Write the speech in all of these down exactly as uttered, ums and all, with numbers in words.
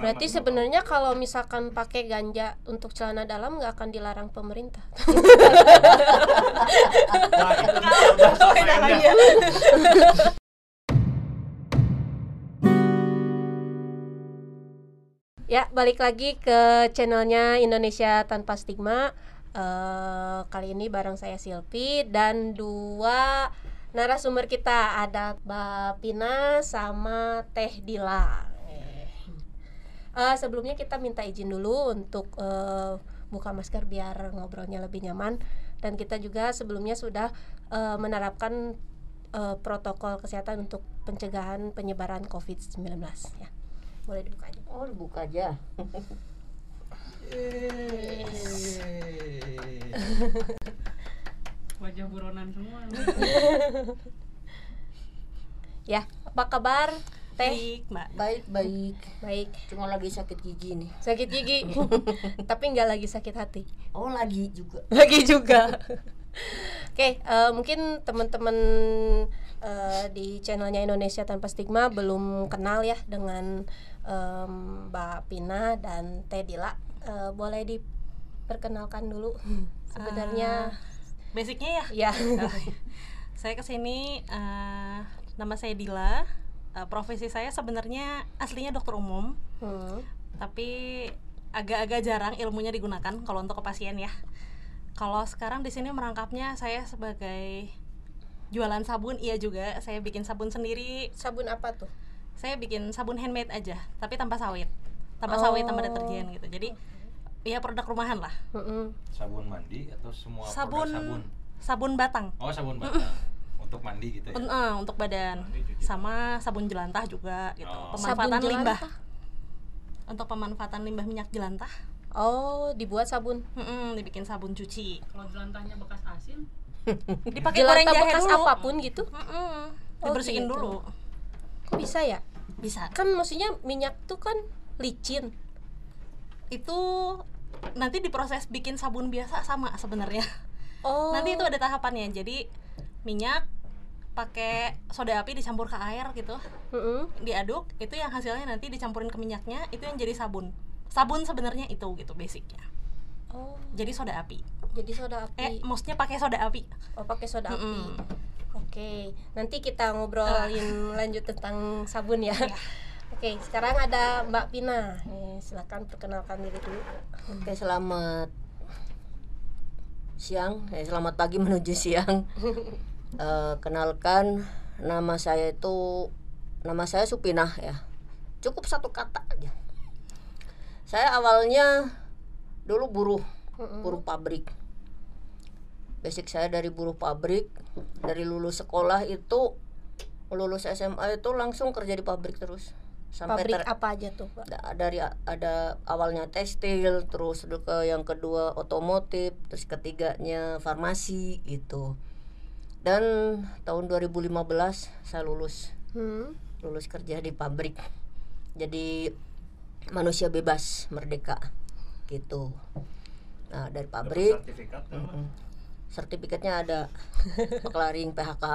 Berarti sebenarnya kalau misalkan pakai ganja untuk celana dalam nggak akan dilarang pemerintah. Nah, itu bahasa lainnya. Ya, balik lagi ke channelnya Indonesia Tanpa Stigma. Uh, kali ini bareng saya Silvi dan dua narasumber kita, ada Mbak Pina sama Teh Dila. Uh, sebelumnya kita minta izin dulu untuk uh, buka masker biar ngobrolnya lebih nyaman, dan kita juga sebelumnya sudah uh, menerapkan uh, protokol kesehatan untuk pencegahan penyebaran covid sembilan belas ya. Boleh dibuka aja. Oh, dibuka aja. Wajah buronan semua. Ya, apa kabar Teh? Baik, Mbak. Baik, baik. Baik. Cuma lagi sakit gigi nih. Sakit gigi. Tapi nggak lagi sakit hati. Oh, lagi juga. Lagi juga. Oke, okay, uh, mungkin teman-teman uh, di channelnya Indonesia Tanpa Stigma belum kenal ya dengan um, Mbak Pina dan Teh Dila. Uh, boleh diperkenalkan dulu sebenarnya. Uh, basicnya ya. Ya. Saya kesini, uh, nama saya Dila. Uh, profesi saya sebenarnya aslinya dokter umum, hmm. tapi agak-agak jarang ilmunya digunakan kalau untuk ke pasien ya. Kalau sekarang di sini merangkapnya saya sebagai jualan sabun, iya juga. Saya bikin sabun sendiri. Sabun apa tuh? Saya bikin sabun handmade aja, tapi tanpa sawit, tanpa oh. sawit, tanpa deterjen gitu. Jadi ya produk rumahan lah. Mm-hmm. Sabun mandi atau semua sabun, produk sabun? Sabun batang. Oh, sabun batang. Untuk mandi gitu ya? Uh, untuk badan. Sama sabun jelantah juga gitu. Oh. Pemanfaatan sabun limbah. Jelantah? Untuk pemanfaatan limbah minyak jelantah. Oh, dibuat sabun. Mm-mm, dibikin sabun cuci. Kalau jelantahnya bekas asin, dipakai goreng jahe bekas dulu. apapun gitu. Mm-mm, Oh, dibersihin gitu. dulu. Kok bisa ya? Bisa. Kan maksudnya minyak tuh kan licin. Itu nanti diproses bikin sabun biasa sama sebenarnya. Oh. Nanti itu ada tahapannya. Jadi minyak pakai soda api dicampur ke air gitu, mm-hmm. diaduk, itu yang hasilnya nanti dicampurin ke minyaknya, itu yang jadi sabun. Sabun sebenarnya itu gitu basicnya. Oh. Jadi soda api. Jadi soda api. Eh, maksudnya pakai soda api. Oh, pakai soda api. Mm-mm. Oke, nanti kita ngobrolin uh. lanjut tentang sabun ya. Yeah. Oke, sekarang ada Mbak Pina. Eh, silakan perkenalkan diri dulu. Oke, selamat siang. Eh, selamat pagi menuju siang. Uh, kenalkan, nama saya itu nama saya Supinah ya. Cukup satu kata aja. Saya awalnya dulu buruh, buruh pabrik. Basic saya dari buruh pabrik. Dari lulus sekolah itu, lulus S M A itu langsung kerja di pabrik terus. Sampai pabrik ter- apa aja tuh, Pak? Dari ada awalnya tekstil, terus ke yang kedua otomotif, terus ketiganya farmasi gitu. Dan tahun dua ribu lima belas saya lulus, hmm. lulus kerja di pabrik, jadi manusia bebas merdeka gitu. Nah dari pabrik, sertifikat, mm-hmm. sertifikatnya ada, pekelaring P H K.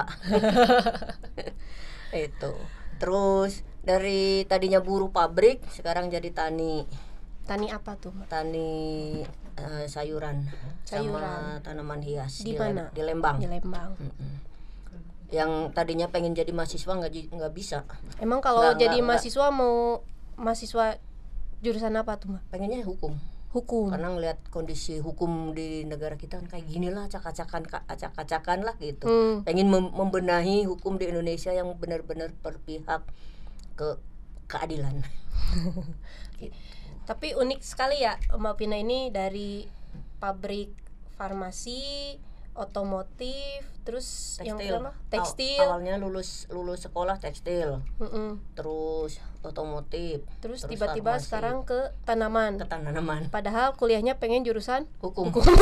Itu. Terus dari tadinya buruh pabrik, sekarang jadi tani. Tani apa tuh, Mbak? Tani uh, sayuran, sayuran sama tanaman hias di, di mana? Di Lembang. Di Lembang. Mm-mm. Yang tadinya pengen jadi mahasiswa nggak nggak bisa. Emang kalau nggak, jadi nggak, mahasiswa nggak. Mau mahasiswa jurusan apa tuh, Mbak? Pengennya hukum. Hukum. Karena ngelihat kondisi hukum di negara kita kan kayak gini lah, acak-acakan acak-acakan lah gitu. Hmm. Pengen mem- membenahi hukum di Indonesia yang benar-benar berpihak ke keadilan. Gitu. Tapi unik sekali ya Mbak Pina ini, dari pabrik farmasi, otomotif, terus tekstil. Yang kedua tekstil. Aw, awalnya lulus lulus sekolah tekstil, mm-mm. terus otomotif, terus, terus tiba-tiba farmasi. Sekarang ke tanaman. Ke tanaman. Padahal kuliahnya pengen jurusan hukum. hukum.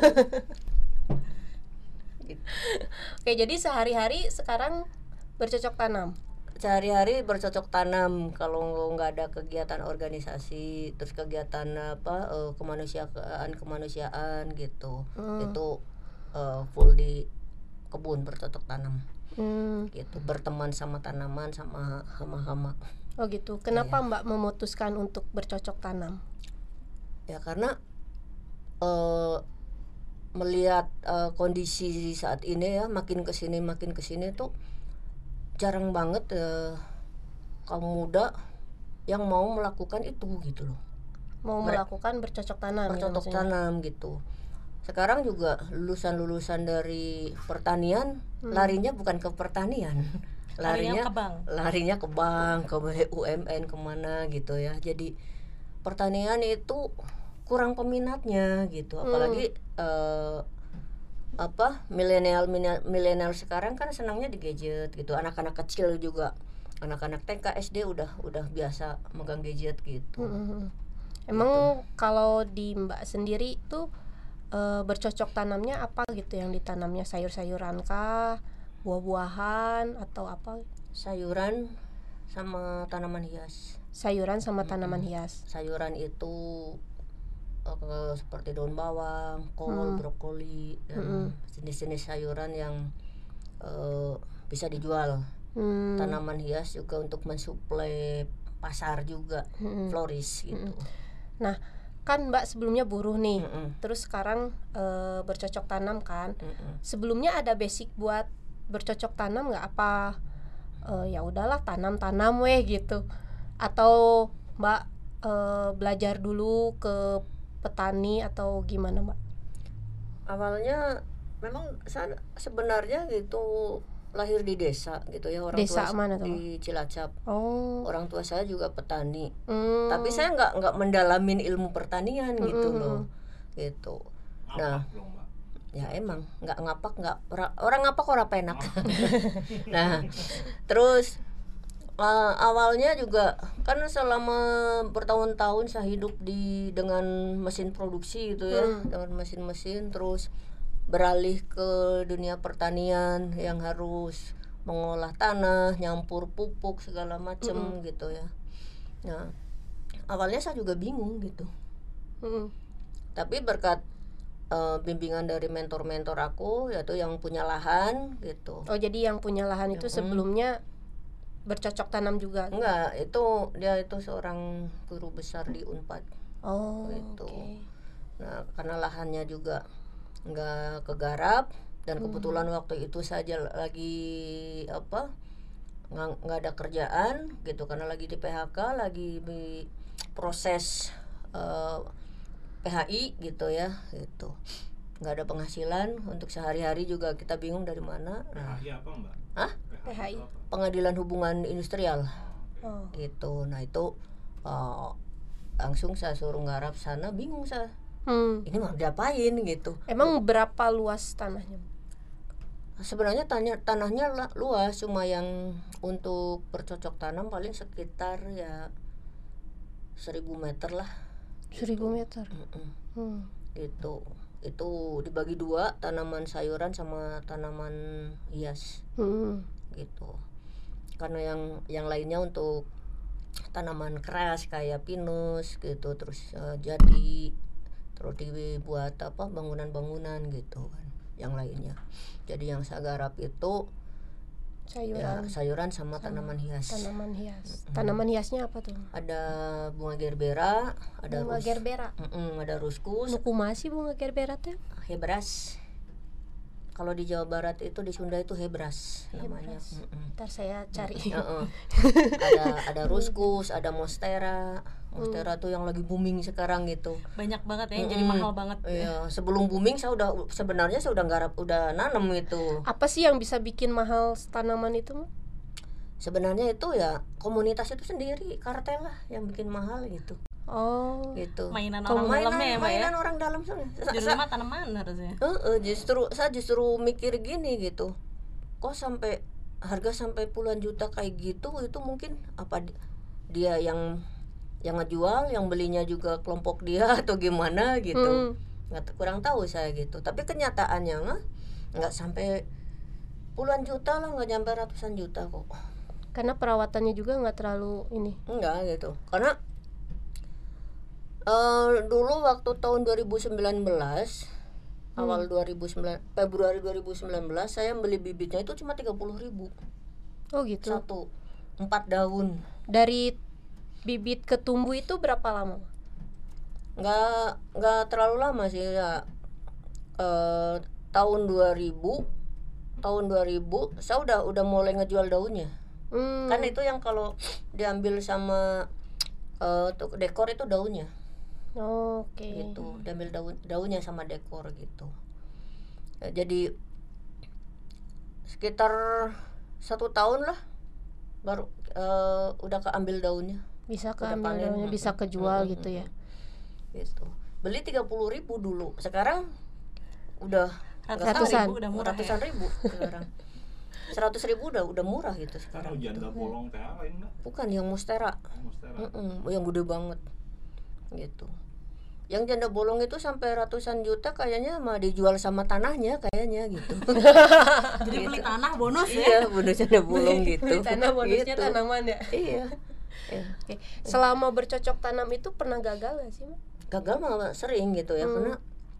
Gitu. Oke, jadi sehari-hari sekarang bercocok tanam. Sehari-hari bercocok tanam, kalau nggak ada kegiatan organisasi, terus kegiatan apa uh, kemanusiaan kemanusiaan gitu, hmm. itu uh, full di kebun bercocok tanam, hmm. gitu, berteman sama tanaman sama hama-hama. Oh gitu. Kenapa Iya. Mbak memutuskan untuk bercocok tanam? Ya karena eh, melihat eh, kondisi saat ini ya, makin kesini makin kesini tuh jarang banget eh, kaum muda yang mau melakukan itu gitu loh, Mau Mere- melakukan bercocok tanam gitu bercocok maksudnya? tanam gitu. Sekarang juga lulusan-lulusan dari pertanian Hmm. larinya bukan ke pertanian, Larinya larinya ke bank. larinya ke bank, ke B U M N, kemana gitu ya. Jadi pertanian itu kurang peminatnya gitu, Hmm. apalagi eh, apa milenial milenial sekarang kan senangnya di gadget gitu. Anak-anak kecil juga, anak-anak T K S D udah udah biasa megang gadget gitu. Hmm. Emang kalau di Mbak sendiri tuh eh, bercocok tanamnya apa gitu yang ditanamnya, sayur-sayuran kah, buah-buahan atau apa? Sayuran sama tanaman hias. Sayuran sama tanaman hias. Sayuran itu eh, seperti daun bawang, kol, Hmm. brokoli, dan Mm-mm. jenis-jenis sayuran yang eh, bisa dijual. Hmm. Tanaman hias juga untuk mensuplai pasar juga, Mm-mm. floris gitu. Nah, kan Mbak sebelumnya buruh nih, Mm-mm. terus sekarang eh, bercocok tanam kan. Mm-mm. Sebelumnya ada basic buat bercocok tanam nggak? Apa eh, ya udahlah tanam-tanam weh gitu? Atau Mbak eh, belajar dulu ke petani atau gimana Mbak? Awalnya memang saya sebenarnya gitu lahir di desa gitu ya, orang Desa tua mana tuh, di Cilacap. Oh, Orang tua saya juga petani. hmm. Tapi saya nggak nggak mendalamin ilmu pertanian gitu Mm-mm. loh, gitu. Nah, Ngapak dong, Mbak. ya emang nggak ngapak, nggak ora- orang ngapak orang penak. Nah, terus uh, awalnya juga kan selama bertahun-tahun saya hidup di dengan mesin produksi gitu ya, Hmm. dengan mesin-mesin, terus beralih ke dunia pertanian yang harus mengolah tanah, nyampur pupuk segala macem Mm-mm. gitu ya. Nah, awalnya saya juga bingung gitu. Mm-mm. Tapi berkat eh, bimbingan dari mentor-mentor aku, yaitu yang punya lahan gitu. Oh, jadi yang punya lahan itu Mm-mm. sebelumnya bercocok tanam juga? Enggak, itu dia itu seorang guru besar di Unpad. Oh, Gitu. oke. Nah, karena lahannya juga nggak kegarap, dan Hmm. kebetulan waktu itu saja lagi apa nggak nggak ada kerjaan gitu, karena lagi di P H K, lagi di proses eh, P H I gitu ya, gitu nggak ada penghasilan untuk sehari-hari, juga kita bingung dari mana. Nah, P H I apa, Mbak? Hah? P H I. itu apa? Pengadilan Hubungan Industrial Oh. gitu. Nah itu eh, langsung saya suruh nggarap sana, bingung saya, Hmm. ini mau diapain gitu. Emang berapa luas tanahnya? Sebenarnya tanya, tanahnya la- luas, cuma yang untuk bercocok tanam paling sekitar ya seribu meter lah. Seribu meter. Mm-mm. Hmm. Gitu. Itu dibagi dua, tanaman sayuran sama tanaman hias Hmm. gitu. Karena yang yang lainnya untuk tanaman keras kayak pinus gitu, terus eh, jati, terus dibuat apa bangunan-bangunan gitu kan, yang lainnya. Jadi yang saya garap itu ya Sayuran, sayuran sama, Sama tanaman hias. tanaman hias. Mm-mm. Tanaman hiasnya apa tuh? Ada bunga gerbera, ada Bunga rus- gerbera. Mm-mm, ada ruskus, Nukumasi bunga gerbera teh? hebras. Kalau di Jawa Barat itu, di Sunda itu hebras namanya. Hebras. Mm-mm. Ntar saya cari. Heeh. ada ada ruskus, ada monstera. Monstera tuh yang lagi booming sekarang gitu. Banyak banget ya, yang jadi Mm-mm. mahal banget. Iya, sebelum booming saya udah sebenarnya saya udah garap, udah nanam itu. Apa sih yang bisa bikin mahal tanaman itu? Mbak? Sebenarnya itu ya komunitas itu sendiri, kartel lah yang bikin mahal gitu. Oh. Gitu. Mainan Kalau orang dalamnya ya, Mbak ya. mainan orang dalam sana. Sa- Jadi sa- mah tanaman harusnya. Heeh, justru saya justru mikir gini gitu, kok sampai harga sampai puluhan juta kayak gitu, itu mungkin apa di- dia yang yang ngejual, yang belinya juga kelompok dia atau gimana gitu. Hmm. Nggak, kurang tahu saya gitu, tapi kenyataannya mah nggak sampai puluhan juta lah, nggak nyampe ratusan juta kok. Karena perawatannya juga nggak terlalu ini. Enggak gitu, karena eh dulu waktu tahun dua ribu sembilan belas, awal dua ribu sembilan, Februari dua ribu sembilan belas saya beli bibitnya itu cuma tiga puluh ribu Oh gitu. satu, empat daun. dari bibit ke tumbuh itu berapa lama? Nggak nggak terlalu lama sih ya. Eh, tahun dua ribu tahun dua ribu saya udah udah mulai ngejual daunnya. Hmm. Kan itu yang kalau diambil sama eh, tuh dekor itu daunnya. Oke. Gitu, diambil daun daunnya sama dekor gitu. Ya, jadi sekitar satu tahun lah baru eh, udah keambil daunnya. Bisa Udah keambil panen. daunnya, bisa kejual Mm-mm, gitu ya. Gitu. Beli tiga puluh ribu dulu, sekarang udah nggak tahu, Ratusan. Ribu udah murah ratusan ya. ribu sekarang. Seratus ribu udah udah murah gitu Kan sekarang. janda gitu. bolong teh lain enggak? Bukan yang monstera. Monstera. Mm-mm, yang gede banget gitu. Yang janda bolong itu sampai ratusan juta kayaknya mah dijual sama tanahnya kayaknya gitu. Jadi beli Gitu. tanah bonus ya. Iya, bonus janda bolong gitu. Beli tanah bonusnya Gitu. tanaman ya. Iya. Iya. Oke. Selama bercocok tanam itu pernah gagal gak sih, Mbak? Gagal mah sering gitu ya, Hmm. karena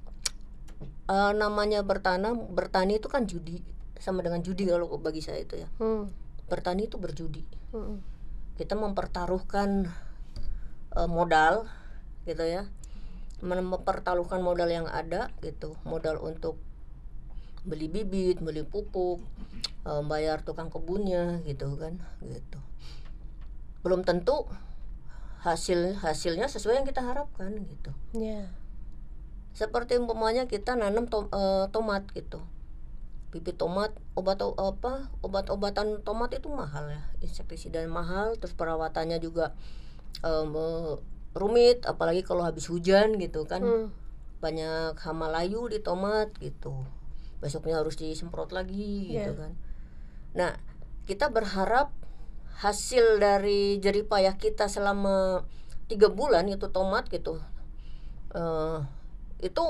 eh, namanya bertanam, bertani itu kan judi, sama dengan judi kalau bagi saya itu ya. Hmm. Bertani itu berjudi. Hmm. Kita mempertaruhkan eh, modal gitu ya. Mempertaruhkan modal yang ada gitu, modal untuk beli bibit, beli pupuk, eh, bayar tukang kebunnya gitu kan, gitu. Belum tentu hasil hasilnya sesuai yang kita harapkan gitu. Ya. Seperti umpamanya kita nanam to, eh, tomat gitu, bibit tomat, obat apa obat-obatan tomat itu mahal ya, insektisida mahal, terus perawatannya juga em, rumit, apalagi kalau habis hujan gitu kan. Hmm. Banyak hama layu di tomat gitu, besoknya harus disemprot lagi gitu Yeah. kan. Nah, kita berharap hasil dari jerih payah kita selama tiga bulan itu tomat gitu, eh, itu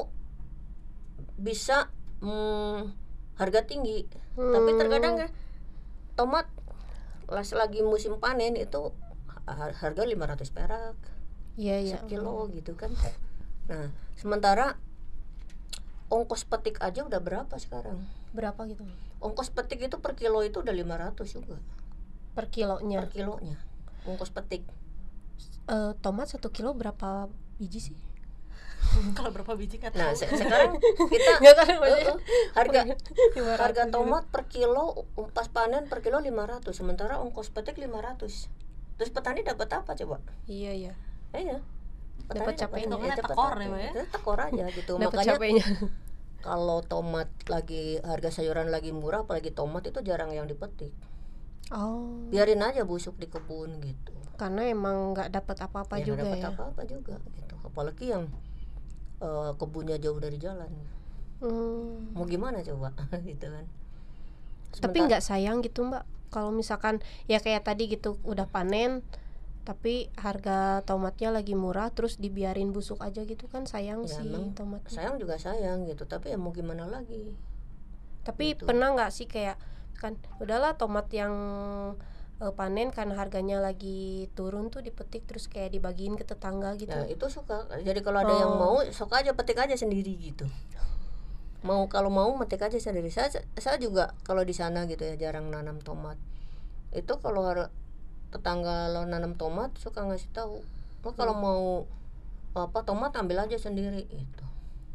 bisa hmm, harga tinggi. Hmm. Tapi terkadang ya tomat pas lagi musim panen itu har- harga lima ratus perak Iya, iya. sekilo gitu kan. Nah, sementara ongkos petik aja udah berapa sekarang? Berapa gitu? Ongkos petik itu per kilo itu udah lima ratus juga Per kilonya. per kilonya. Ongkos petik. Eh, tomat satu kilo berapa biji sih? Kalau berapa biji kan? Nah, se- sekarang kita Nggak kan, eh, maksudnya. eh, harga lima ratus harga gitu. tomat per kilo pas panen per kilo lima ratus, sementara ongkos petik lima ratus. Terus petani dapat apa coba? Iya, iya. Eh ya. Dapat capeknya, hitungannya dapat tekor apa? ya, Mbak, ya? Ya, tekor aja gitu. Dapat Makanya capeknya. kalau tomat lagi harga sayuran lagi murah, apalagi tomat itu jarang yang dipetik. Oh. Biarin aja busuk di kebun gitu. Karena emang nggak dapat apa-apa Ya, nggak juga dapat ya. apa-apa juga gitu. Apalagi yang eh, kebunnya jauh dari jalan. Hmm. Mau gimana coba gitu kan. Tapi Sementara- nggak sayang gitu, Mbak, kalau misalkan ya kayak tadi gitu udah panen tapi harga tomatnya lagi murah terus dibiarin busuk aja gitu kan, sayang Ya, sih emang tomatnya. sayang juga sayang gitu, tapi ya mau gimana lagi. Tapi gitu. pernah nggak sih kayak kan udahlah tomat yang eh, panen karena harganya lagi turun tuh dipetik terus kayak dibagiin ke tetangga gitu. Ya itu suka. Jadi kalau ada yang Oh. mau, sok aja petik aja sendiri gitu. Mau kalau mau metik aja sendiri. Saya saya juga kalau di sana gitu ya jarang nanam tomat. Itu kalau har- tetangga lo nanam tomat suka ngasih tahu, "Oh, kalau mau apa tomat ambil aja sendiri." Gitu.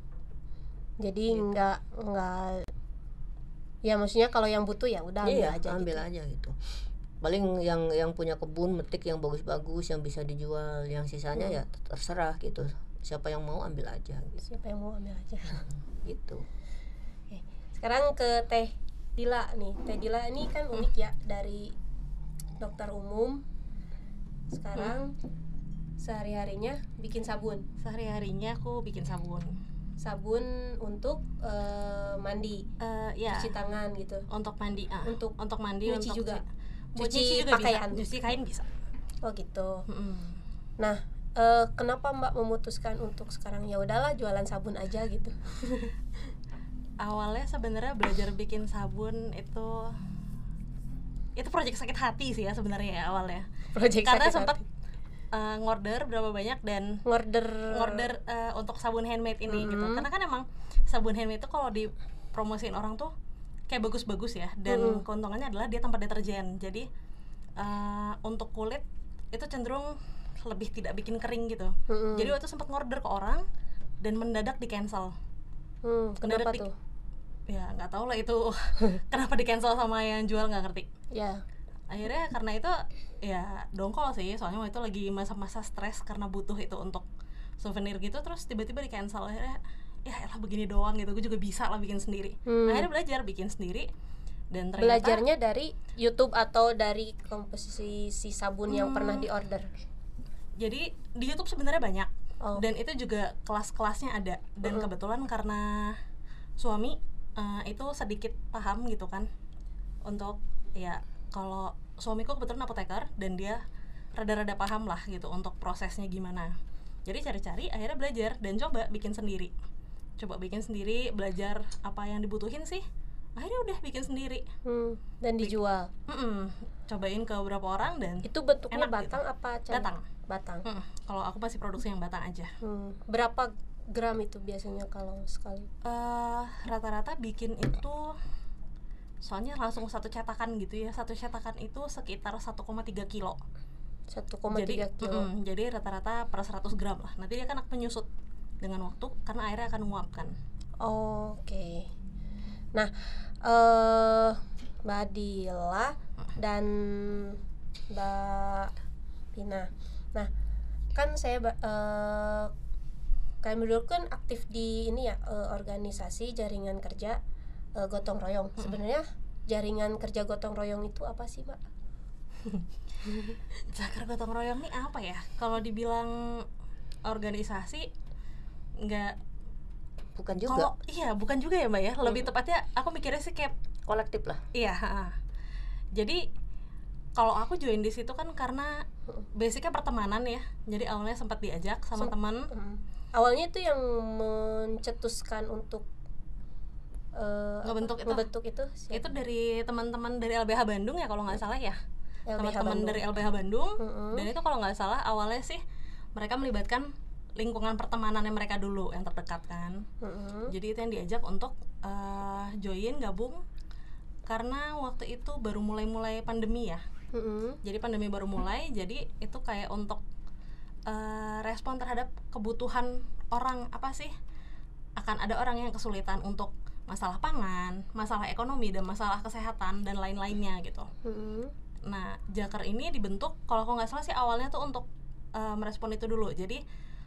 Jadi Gitu. nggak nggak ya maksudnya kalau yang butuh ya udah ambil Iya, aja ambil gitu. aja gitu. Paling yang yang punya kebun metik yang bagus-bagus yang bisa dijual, yang sisanya Hmm. ya terserah gitu. Siapa yang mau ambil aja gitu. Siapa yang mau ambil aja. Gitu. Oke. Sekarang ke Teh Dila nih. Teh Dila ini kan unik ya, dari dokter umum sekarang sehari-harinya bikin sabun. Sehari-harinya aku bikin sabun. Sabun untuk eh, mandi, Eh, ya, cuci tangan gitu. untuk mandi. Ah, Untuk untuk mandi, nyuci untuk juga. cuci, Cuci cuci juga pakaian. bisa. Cuci kain bisa. Oh gitu. Mm-mm. Nah, eh, kenapa Mbak memutuskan untuk sekarang ya udahlah jualan sabun aja gitu? Awalnya sebenarnya belajar bikin sabun itu itu proyek sakit hati sih ya sebenarnya ya awalnya. Proyek Karena sakit sempat hati. uh, ngorder berapa banyak dan ngorder ngorder uh, untuk sabun handmade ini gitu. Mhm. Karena kan emang sabun handmade itu kalau dipromosiin orang tuh kayak bagus-bagus ya, dan Mhm. keuntungannya adalah dia tanpa deterjen. Jadi uh, untuk kulit itu cenderung lebih tidak bikin kering gitu. Mm-mm. Jadi waktu sempat ngorder ke orang dan mendadak di cancel. Hmm, kenapa di- tuh? Ya nggak tahu lah itu kenapa di cancel sama yang jual, nggak ngerti. Ya. Akhirnya karena itu ya dongkol sih, soalnya waktu itu lagi masa-masa stres karena butuh itu untuk souvenir gitu, terus tiba-tiba di cancel. Akhirnya ya elah begini doang gitu, gue juga bisa lah bikin sendiri. Hmm. Akhirnya belajar bikin sendiri dan ternyata Belajarnya dari YouTube atau dari komposisi si sabun yang Hmm. pernah diorder? jadi di YouTube sebenarnya banyak. Oh. Dan itu juga kelas-kelasnya ada, dan Mm-mm. kebetulan karena suami uh, itu sedikit paham gitu kan untuk ya, kalau suamiku kebetulan apoteker dan dia rada-rada paham lah gitu untuk prosesnya gimana. Jadi cari-cari akhirnya belajar dan coba bikin sendiri. Coba bikin sendiri, belajar apa yang dibutuhin sih. Akhirnya udah bikin sendiri. Hmm, dan dijual. Mm-mm. Cobain ke beberapa orang dan Itu bentuknya enak batang gitu. apa can- Batang. Batang. Mm-mm. Kalau aku masih produksi yang batang aja. Hmm. Berapa gram itu biasanya kalau sekali? Eh, rata-rata bikin itu soalnya langsung satu cetakan gitu ya. Satu cetakan itu sekitar satu koma tiga kilo. satu koma tiga Jadi, kilo. mm-mm, jadi rata-rata per seratus gram lah. Nanti dia kan akan menyusut dengan waktu karena airnya akan menguapkan. Oh, Oke. Nah, eh Mbak Dila dan Mbak Pina. Nah, kan saya ba- eh kalian berdua kan aktif di ini ya, eh, organisasi jaringan kerja eh, gotong royong. Sebenarnya jaringan kerja gotong royong itu apa sih, Mbak? Zakar gotong royong nih apa ya? Kalau dibilang organisasi nggak, Bukan kalau juga iya bukan juga ya Mbak ya. Lebih tepatnya aku mikirnya sih kayak kolektif lah. iya. ha-ha. Jadi kalau aku join di situ kan karena basicnya pertemanan ya. Jadi awalnya sempat diajak sama Sem- teman. Hmm. Awalnya itu yang mencetuskan untuk eh, Ngebentuk apa? itu? Ngebentuk itu siapa? Itu dari teman-teman dari L B H Bandung ya kalau nggak salah ya. L B H Teman-teman Bandung. dari L B H Bandung. Mm-mm. Dan itu kalau nggak salah awalnya sih mereka melibatkan lingkungan pertemanannya mereka dulu yang terdekat kan. Mm-mm. Jadi itu yang diajak untuk uh, join gabung karena waktu itu baru mulai-mulai pandemi ya. Mm-mm. Jadi pandemi baru mulai, jadi itu kayak untuk uh, respon terhadap kebutuhan orang, apa sih? Akan ada orang yang kesulitan untuk masalah pangan, masalah ekonomi dan masalah kesehatan dan lain-lainnya gitu. Mm-mm. Nah, Jakar ini dibentuk kalau aku nggak salah sih awalnya tuh untuk uh, merespon itu dulu. Jadi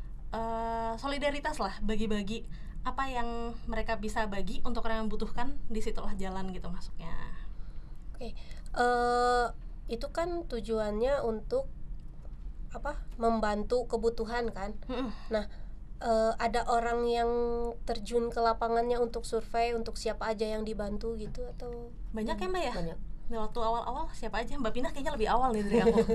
uh, solidaritas lah, bagi-bagi apa yang mereka bisa bagi untuk orang yang membutuhkan, disitulah jalan gitu masuknya. Oke, eh itu kan tujuannya untuk apa? Membantu kebutuhan kan. Mm-mm. Nah, eh, ada orang yang terjun ke lapangannya untuk survei untuk siapa aja yang dibantu gitu atau Banyak ya Mbak ya? Banyak. Nah, waktu awal-awal siapa aja? Mbak Pina kayaknya lebih awal nih dari aku.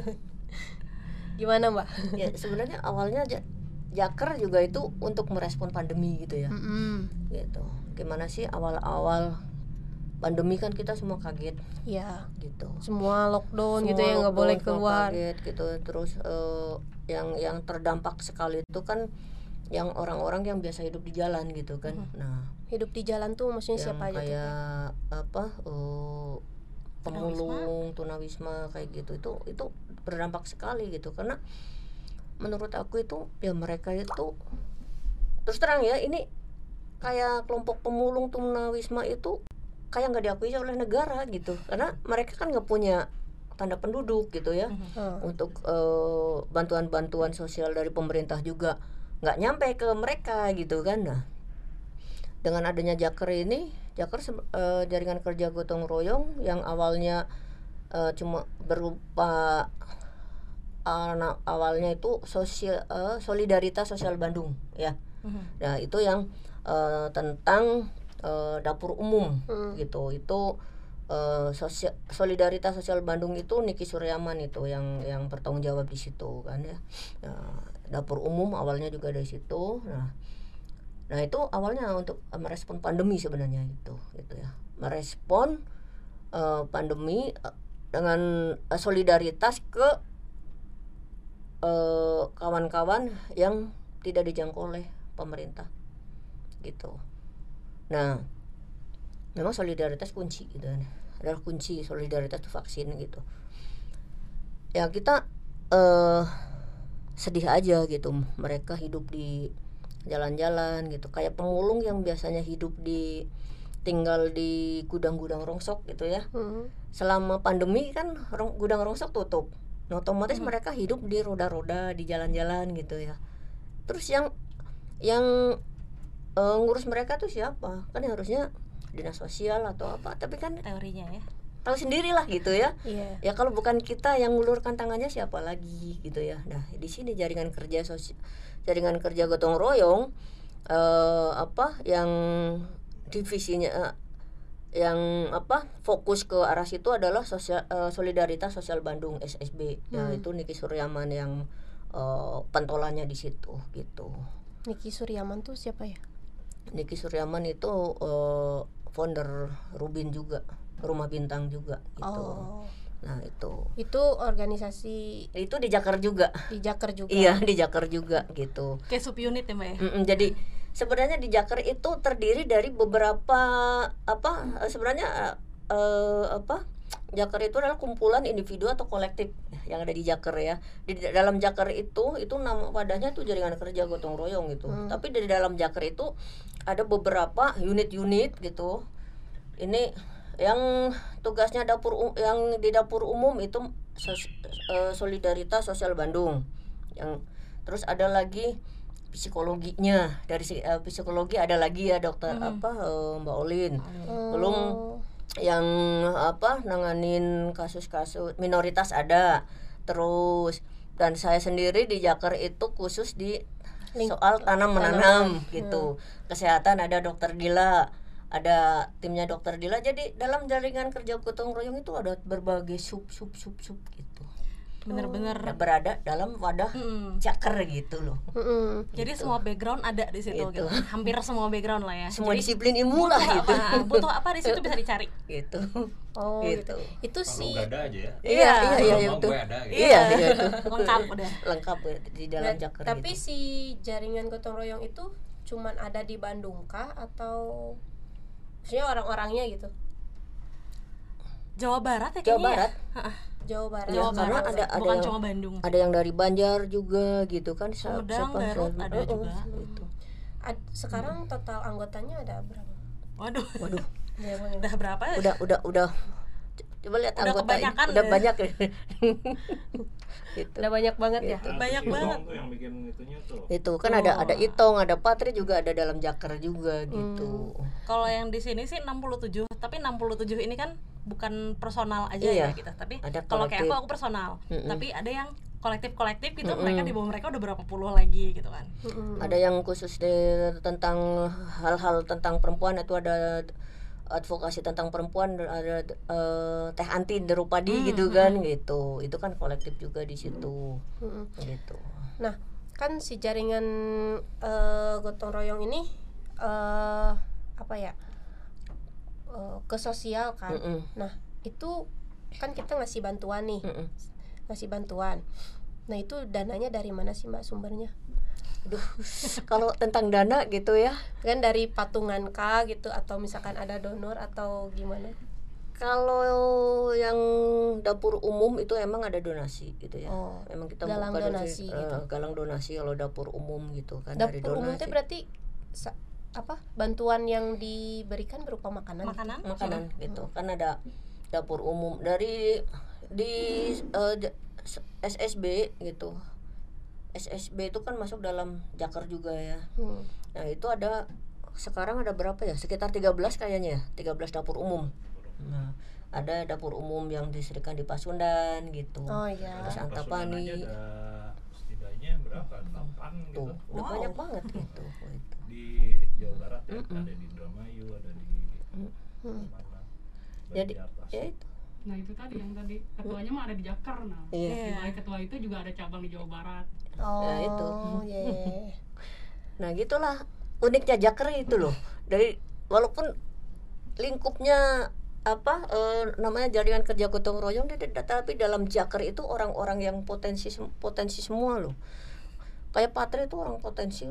gimana, Mbak? Ya sebenarnya awalnya Ja- Jakar juga itu untuk merespon pandemi gitu ya. Mm-mm. Gitu. Gimana sih awal-awal pandemi kan kita semua kaget Ya, gitu. semua lockdown gitu Semua ya, nggak lockdown, boleh semua keluar. kaget gitu. Terus eh, yang yang terdampak sekali itu kan yang orang-orang yang biasa hidup di jalan gitu kan. Nah, Hidup di jalan tuh maksudnya yang siapa aja tuh? kayak apa eh, pemulung, tunawisma kayak gitu itu itu berdampak sekali gitu karena menurut aku itu ya mereka itu terus terang ya ini kayak kelompok pemulung tunawisma itu kayak nggak diakui oleh negara gitu karena mereka kan nggak punya tanda penduduk gitu ya. Oh. Untuk eh, bantuan-bantuan sosial dari pemerintah juga nggak nyampe ke mereka gitu kan. Nah dengan adanya Jakar ini Jakar se- eh, jaringan kerja gotong royong yang awalnya eh, cuma berupa anak awalnya itu sosial eh, solidaritas sosial Bandung ya. Mhm. Nah itu yang eh, tentang eh, dapur umum Hmm. gitu itu eh, sosia- solidaritas sosial Bandung itu Niki Suryaman itu yang yang bertanggung jawab di situ kan ya. Nah, dapur umum awalnya juga dari situ. Nah nah itu awalnya untuk eh, merespon pandemi sebenarnya itu gitu ya merespon eh, pandemi eh, dengan eh, solidaritas ke eh, kawan-kawan yang tidak dijangkau oleh pemerintah gitu. Nah memang solidaritas kunci gitu kan adalah kunci solidaritas itu vaksin gitu ya kita uh, sedih aja gitu, mereka hidup di jalan-jalan gitu, kayak pemulung yang biasanya hidup di tinggal di gudang-gudang rongsok gitu ya. Hmm. Selama pandemi kan rong, gudang rongsok tutup, nah, otomatis hmm. mereka hidup di roda-roda di jalan-jalan gitu ya. Terus yang yang uh, ngurus mereka tuh siapa? Kan harusnya dinas sosial atau apa, tapi kan teorinya ya tahu sendirilah gitu ya. Yeah. Ya kalau bukan kita yang ngulurkan tangannya siapa lagi gitu ya. Nah di sini jaringan kerja sosial, jaringan kerja gotong royong eh, apa yang divisinya eh, yang apa fokus ke arah situ adalah sosial, eh, Solidaritas Sosial Bandung S S B. Hmm. Ya itu Niki Suryaman yang eh, pentolannya di situ gitu. Niki Suryaman tuh siapa ya? Niki Suryaman itu eh, founder Rubin juga, Rumah Bintang juga gitu. Oh. Nah itu itu organisasi itu di Jakar juga di Jakar juga iya di Jakar juga gitu, kayak subunit ya Mbak ya. Mm-mm, jadi sebenarnya di Jakar itu terdiri dari beberapa apa sebenarnya uh, apa Jakar itu adalah kumpulan individu atau kolektif yang ada di Jakar ya. Di dalam Jakar itu itu nama wadahnya itu jaringan kerja gotong royong gitu. Hmm. Tapi di dalam Jakar itu ada beberapa unit-unit gitu. Ini yang tugasnya dapur yang di dapur umum itu sos, uh, Solidaritas Sosial Bandung. Yang terus ada lagi psikologinya, dari uh, psikologi ada lagi ya dokter hmm. apa uh, Mbak Olin. Hmm. Belum yang apa nanganin kasus-kasus minoritas ada. Terus dan saya sendiri di Jakar itu khusus di soal tanam menanam gitu. Hmm. Kesehatan ada dokter Dila, ada timnya dokter Dila. Jadi dalam jaringan kerja gotong royong itu ada berbagai sub sub sub sub gitu. Bener-bener oh. berada dalam wadah mm. Jakar gitu loh. Mm-hmm. Jadi gitu. Semua background ada di situ gitu. Gitu. Hampir semua background lah ya. Semua jadi, disiplin ilmu lah gitu. Apa, butuh apa di situ bisa dicari. Gitu. Oh gitu. Itu Itu sih. ada aja ya. Iya iya iya itu. Ada, gitu. Iya iya itu. Lengkap udah. Lengkap ya, di dalam nah, Jakar. Tapi gitu. si jaringan gotong royong itu cuman ada di Bandung kah atau maksudnya orang-orangnya gitu? Jawa Barat ya kayaknya. Jawa Barat. Ya? Jawa Barat. Ya, Jawa karena Barat. ada ada bukan yang, cuma Bandung. Ada yang dari Banjar juga gitu kan. Sumedang, Garut ada oh, juga. Oh, gitu. Ad, sekarang total anggotanya ada berapa? Waduh. Waduh. Udah berapa ya? Udah udah udah coba lihat udah anggota ini. Udah ya. banyak ya. Gitu. Udah banyak banget gitu. ya. Nah, banyak banget. Tuh yang bikin itunya tuh. Itu kan oh. ada ada Itong, ada Patri juga ada dalam Jakar juga gitu. Hmm. Kalau yang di sini sih enam puluh tujuh, tapi enam puluh tujuh ini kan bukan personal aja iya. ya gitu. Tapi kalau kayak aku aku personal. Mm-mm. Tapi ada yang kolektif-kolektif gitu, Mm-mm. mereka di bawah mereka udah berapa puluh lagi gitu kan. Mm-mm. Ada yang khusus di, tentang hal-hal tentang perempuan, itu ada advokasi tentang perempuan, ada uh, Teh Anti Derupadi hmm, gitu kan hmm. gitu. Itu kan kolektif juga di situ. Hmm. Gitu. Nah, kan si jaringan uh, gotong royong ini uh, apa ya? Uh, ke sosial kan. Mm-mm. Nah, itu kan kita ngasih bantuan nih. Mm-mm. Ngasih bantuan. Nah, itu dananya dari mana sih Mbak sumbernya? Aduh, kalau tentang dana gitu ya, kan dari patungan kah gitu atau misalkan ada donor atau gimana? Kalau yang dapur umum itu emang ada donasi gitu ya. Oh, emang kita galang buka donasi donasi, gitu. Uh, galang donasi kalau dapur umum gitu kan. Dapur dari donasi. umum itu berarti sa- apa? Bantuan yang diberikan berupa makanan. Makanan, gitu? Makanan hmm. gitu. Kan ada dapur umum dari di uh, S S B gitu. S S B itu kan masuk dalam Jakar juga ya. Hmm. Nah, itu ada sekarang ada berapa ya? Sekitar tiga belas kayaknya ya, tiga belas dapur umum. Nah, ada dapur umum yang disediakan di Pasundan gitu. Oh iya. Terus Antapani. Setidaknya berapa? delapan gitu. Tuh, udah wow. banyak banget gitu. Di Jawa Barat ya, mm-mm. ada di Indramayu, ada di mm-hmm. mana? Jadi ya itu. Nah itu tadi yang tadi ketuanya mah ada di Jakar, nah yeah. di bawah ketua itu juga ada cabang di Jawa Barat. Oh nah, itu. Yeah. Nah gitulah uniknya Jakar itu loh. Dari walaupun lingkupnya apa e, namanya jaringan kerja gotong royong, tapi dalam Jakar itu orang-orang yang potensi potensi semua loh. Kayak Patri itu orang potensi.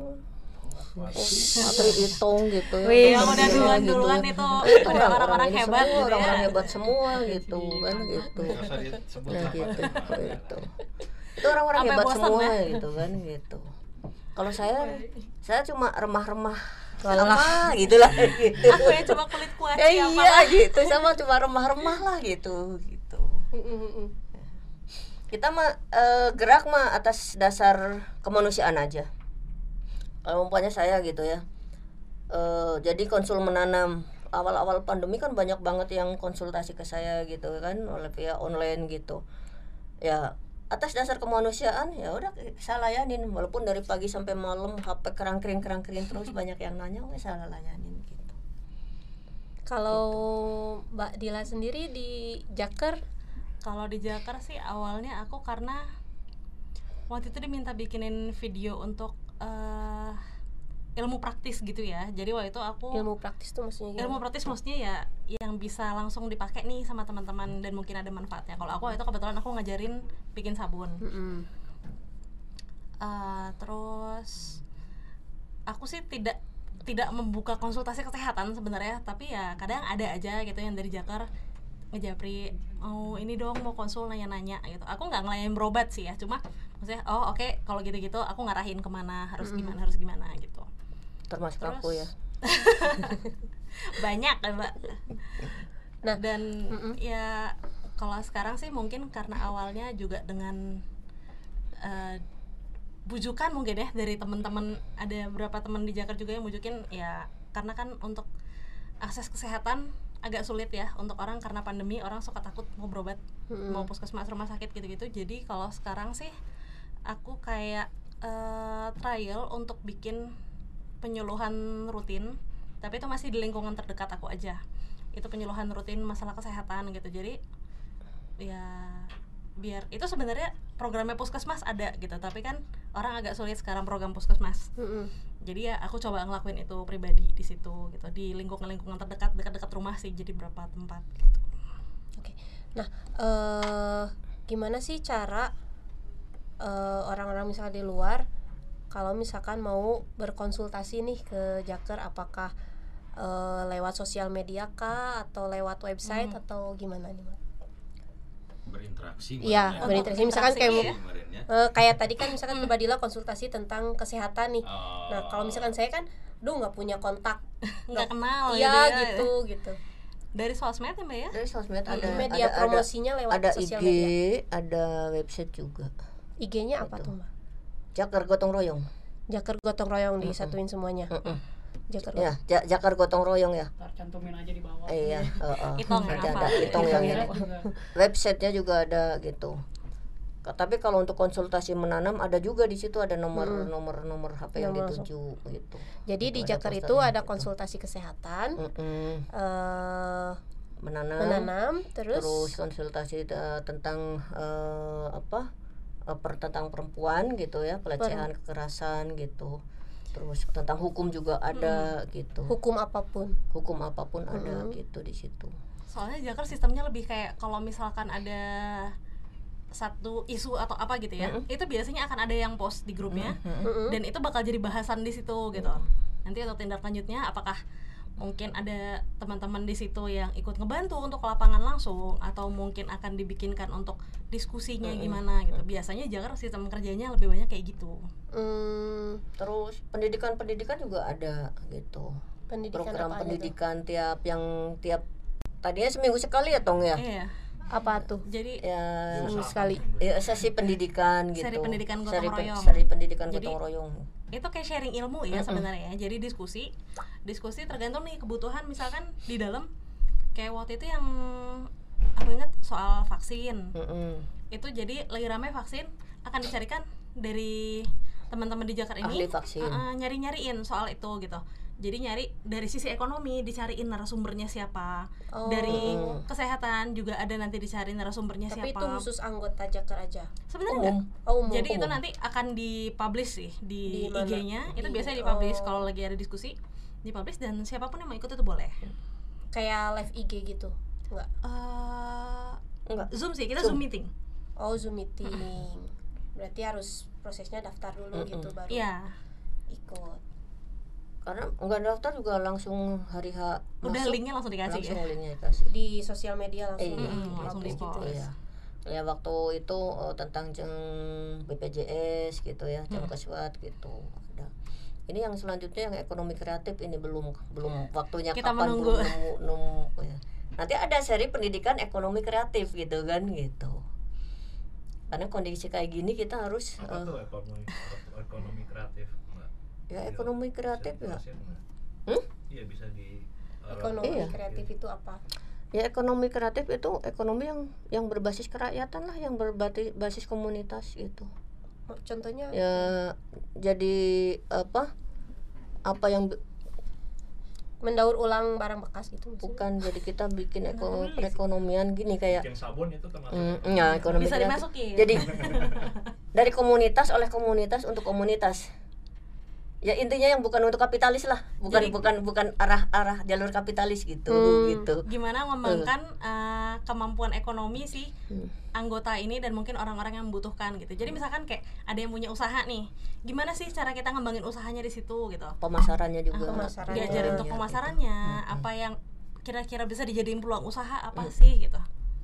Patri Itong gitu ya. Wih, yang udah duluan-duluan gitu. Itu udah orang-orang hebat gitu ya. Orang-orang hebat semua gitu kan gitu. Nah gitu. Itu orang-orang Sampai hebat bosan semua ya. gitu kan gitu. Kalau saya saya cuma remah-remah Walah. apa gitulah gitu. Aku ya cuma kulit kuaci Ya, apa iya gitu, sama cuma remah-remah lah gitu gitu. Mm-mm-mm. Kita mah eh, gerak mah atas dasar kemanusiaan aja. Kalau umpamanya saya gitu ya, eh, jadi konsul menanam awal-awal pandemi kan banyak banget yang konsultasi ke saya gitu kan oleh via online gitu. Ya atas dasar kemanusiaan ya udah saya layanin walaupun dari pagi sampai malam H P kerangkring kerangkring terus banyak yang nanya, oke saya layanin gitu. Kalau Mbak Dila sendiri di Jaker, Kalau di Jakar sih awalnya aku karena waktu itu diminta bikinin video untuk uh, ilmu praktis gitu ya. Jadi waktu itu aku ilmu praktis tuh maksudnya ilmu gimana? praktis maksudnya ya yang bisa langsung dipakai nih sama teman-teman dan mungkin ada manfaatnya. Kalau aku waktu itu kebetulan aku ngajarin bikin sabun. Mm-mm. Uh, terus aku sih tidak tidak membuka konsultasi kesehatan sebenarnya, tapi ya kadang ada aja gitu yang dari Jakar ngejapri, oh ini dong mau konsul nanya-nanya gitu. Aku nggak ngelayain berobat sih ya, cuma maksudnya oh oke okay, kalau gitu-gitu aku ngarahin kemana harus Mm-mm. gimana harus gimana gitu. Termasuk Terus aku ya. banyak kan Mbak. Nah, Dan mm-mm. ya kalau sekarang sih mungkin karena awalnya juga dengan uh, bujukan mungkin ya dari teman-teman, ada beberapa teman di Jakarta juga yang bujukin ya, karena kan untuk akses kesehatan agak sulit ya untuk orang karena pandemi, orang suka takut mau berobat, Mm-mm. mau puskesmas rumah sakit gitu-gitu. Jadi kalau sekarang sih aku kayak uh, trial untuk bikin penyuluhan rutin, tapi itu masih di lingkungan terdekat aku aja. Itu penyuluhan rutin masalah kesehatan gitu. Jadi ya biar itu sebenarnya programnya puskesmas ada gitu, tapi kan orang agak sulit sekarang program puskesmas. Mm-mm. Jadi ya aku coba ngelakuin itu pribadi di situ gitu, di lingkungan-lingkungan terdekat, dekat-dekat rumah sih, jadi berapa tempat gitu. Oke. Nah, eh gimana sih cara eh, orang-orang misalnya di luar kalau misalkan mau berkonsultasi nih ke Jaker, apakah eh, lewat sosial media kah atau lewat website Hmm. atau gimana nih, Mbak? Berinteraksi Iya, makanya. berinteraksi. Misalkan kayak Interaksi, ya. Kemarin ya. eh, kayak tadi kan misalkan Mbak Dila konsultasi tentang kesehatan nih. Oh. Nah, kalau misalkan saya kan, duh nggak punya kontak, Nggak kenal iya gitu ya. gitu gitu. Dari sosmed ya Mbak ya? Dari sosmed ada Media ada, promosinya ada, lewat ada sosial I G, media. ada website juga. I G-nya apa Gitu. tuh, Mbak? Jakar Gotong Royong. Jaker gotong royong disatuin semuanya. Mm-mm. Jaker Ya, Ja- Jakar Gotong Royong ya. Ntar cantumin aja di bawah. Eh, iya, heeh. Itong Nanti apa? ada Itong yang Kira ini. juga. Websitenya juga ada gitu. Ka- Tapi kalau untuk konsultasi menanam ada juga di situ ada nomor Hmm. nomor nomor H P yang Nomor dituju gitu. Jadi Itu di ada Jaker itu posternya ada gitu. konsultasi kesehatan, Mm-mm. eh menanam, menanam, terus, terus konsultasi eh, tentang eh, apa eh, per tentang perempuan gitu ya, pelecehan kekerasan gitu. Terus tentang hukum juga ada gitu. hukum apapun. Hukum apapun ada Hmm. gitu di situ. Soalnya Jakar sistemnya lebih kayak kalau misalkan ada satu isu atau apa gitu ya, Mm-mm. itu biasanya akan ada yang post di grupnya, Mm-mm. dan itu bakal jadi bahasan di situ gitu. Nanti untuk tindak lanjutnya apakah mungkin ada teman-teman di situ yang ikut ngebantu untuk ke lapangan langsung, atau mungkin akan dibikinkan untuk diskusinya Mm-mm. gimana gitu. Biasanya Jakar sistem kerjanya lebih banyak kayak gitu. Hmm, Terus pendidikan-pendidikan juga ada gitu. pendidikan Program apa aja tuh? pendidikan tiap yang tiap tadinya seminggu sekali ya Tong ya. Iya. Apa tuh? Jadi Ya, Seminggu sekali. ya sesi pendidikan gitu. Seri pendidikan gotong Seri pen- royong. seri pendidikan Jadi, gotong royong. itu kayak sharing ilmu ya Mm-mm. sebenarnya ya. Jadi diskusi diskusi tergantung nih kebutuhan, misalkan di dalam kayak waktu itu yang aku ingat soal vaksin Mm-mm. itu, jadi lagi ramai vaksin akan dicarikan dari teman-teman di Jakarta ini Ahli vaksin. uh-uh, nyari-nyariin soal itu gitu. Jadi nyari dari sisi ekonomi, dicariin narasumbernya siapa, Oh. dari kesehatan juga ada nanti dicari narasumbernya Tapi siapa. itu khusus anggota Jaker aja. Sebenarnya Umum. enggak. Oh, umum. Jadi itu umum. nanti akan dipublish sih di, Di mana? I G-nya. Itu Di- biasanya dipublish oh. kalau lagi ada diskusi, dipublish dan siapapun yang mau ikut itu boleh. Kayak live I G gitu. Enggak. Eh, Enggak. Zoom sih, kita Zoom. Zoom meeting. Oh, Zoom meeting. Berarti harus prosesnya daftar dulu Mm-mm. gitu baru Iya. ikut. Karena enggak daftar juga langsung hari H Udah masuk, linknya langsung dikasih langsung ya. linknya dikasih. Di sosial media langsung Iya, di Mm-mm, langsung publish di-post. gitu ya. Iya. Ya waktu itu uh, tentang jeng B P J S gitu ya, jeng Hmm. keswat gitu ada. Ini yang selanjutnya yang ekonomi kreatif ini belum belum waktunya Kita kapan menunggu. belum nemu, nemu ya. Nanti ada seri pendidikan ekonomi kreatif gitu kan gitu. Karena kondisi kayak gini kita harus Apa uh, tuh ekonomi ekonomi kreatif, Mbak? ya Iya, ekonomi bisa kreatif ya. dijelasin nggak? Hmm? Iya bisa di uh, Ekonomi Iya. kreatif itu apa? Ya ekonomi kreatif itu ekonomi yang yang berbasis kerakyatan lah, yang berbasis basis komunitas gitu. Contohnya Ya jadi apa? Apa yang bi- mendaur ulang barang bekas gitu maksudnya. bukan jadi kita bikin eko, perekonomian gini kayak bikin sabun itu termasuk mm, ya ekonomi Bisa kreatif. dimasukin. Jadi dari komunitas oleh komunitas untuk komunitas. Ya intinya yang bukan untuk kapitalis lah, bukan Jadi- bukan bukan arah-arah jalur kapitalis gitu Hmm. gitu. Gimana mengembangkan uh, kemampuan ekonomi si Hmm. anggota ini dan mungkin orang-orang yang membutuhkan gitu. Jadi misalkan kayak ada yang punya usaha nih, gimana sih cara kita ngembangin usahanya di situ gitu. Pemasarannya juga. Pemasarannya. Diajarin untuk Ya, pemasarannya, gitu. apa yang kira-kira bisa dijadiin peluang usaha apa sih gitu.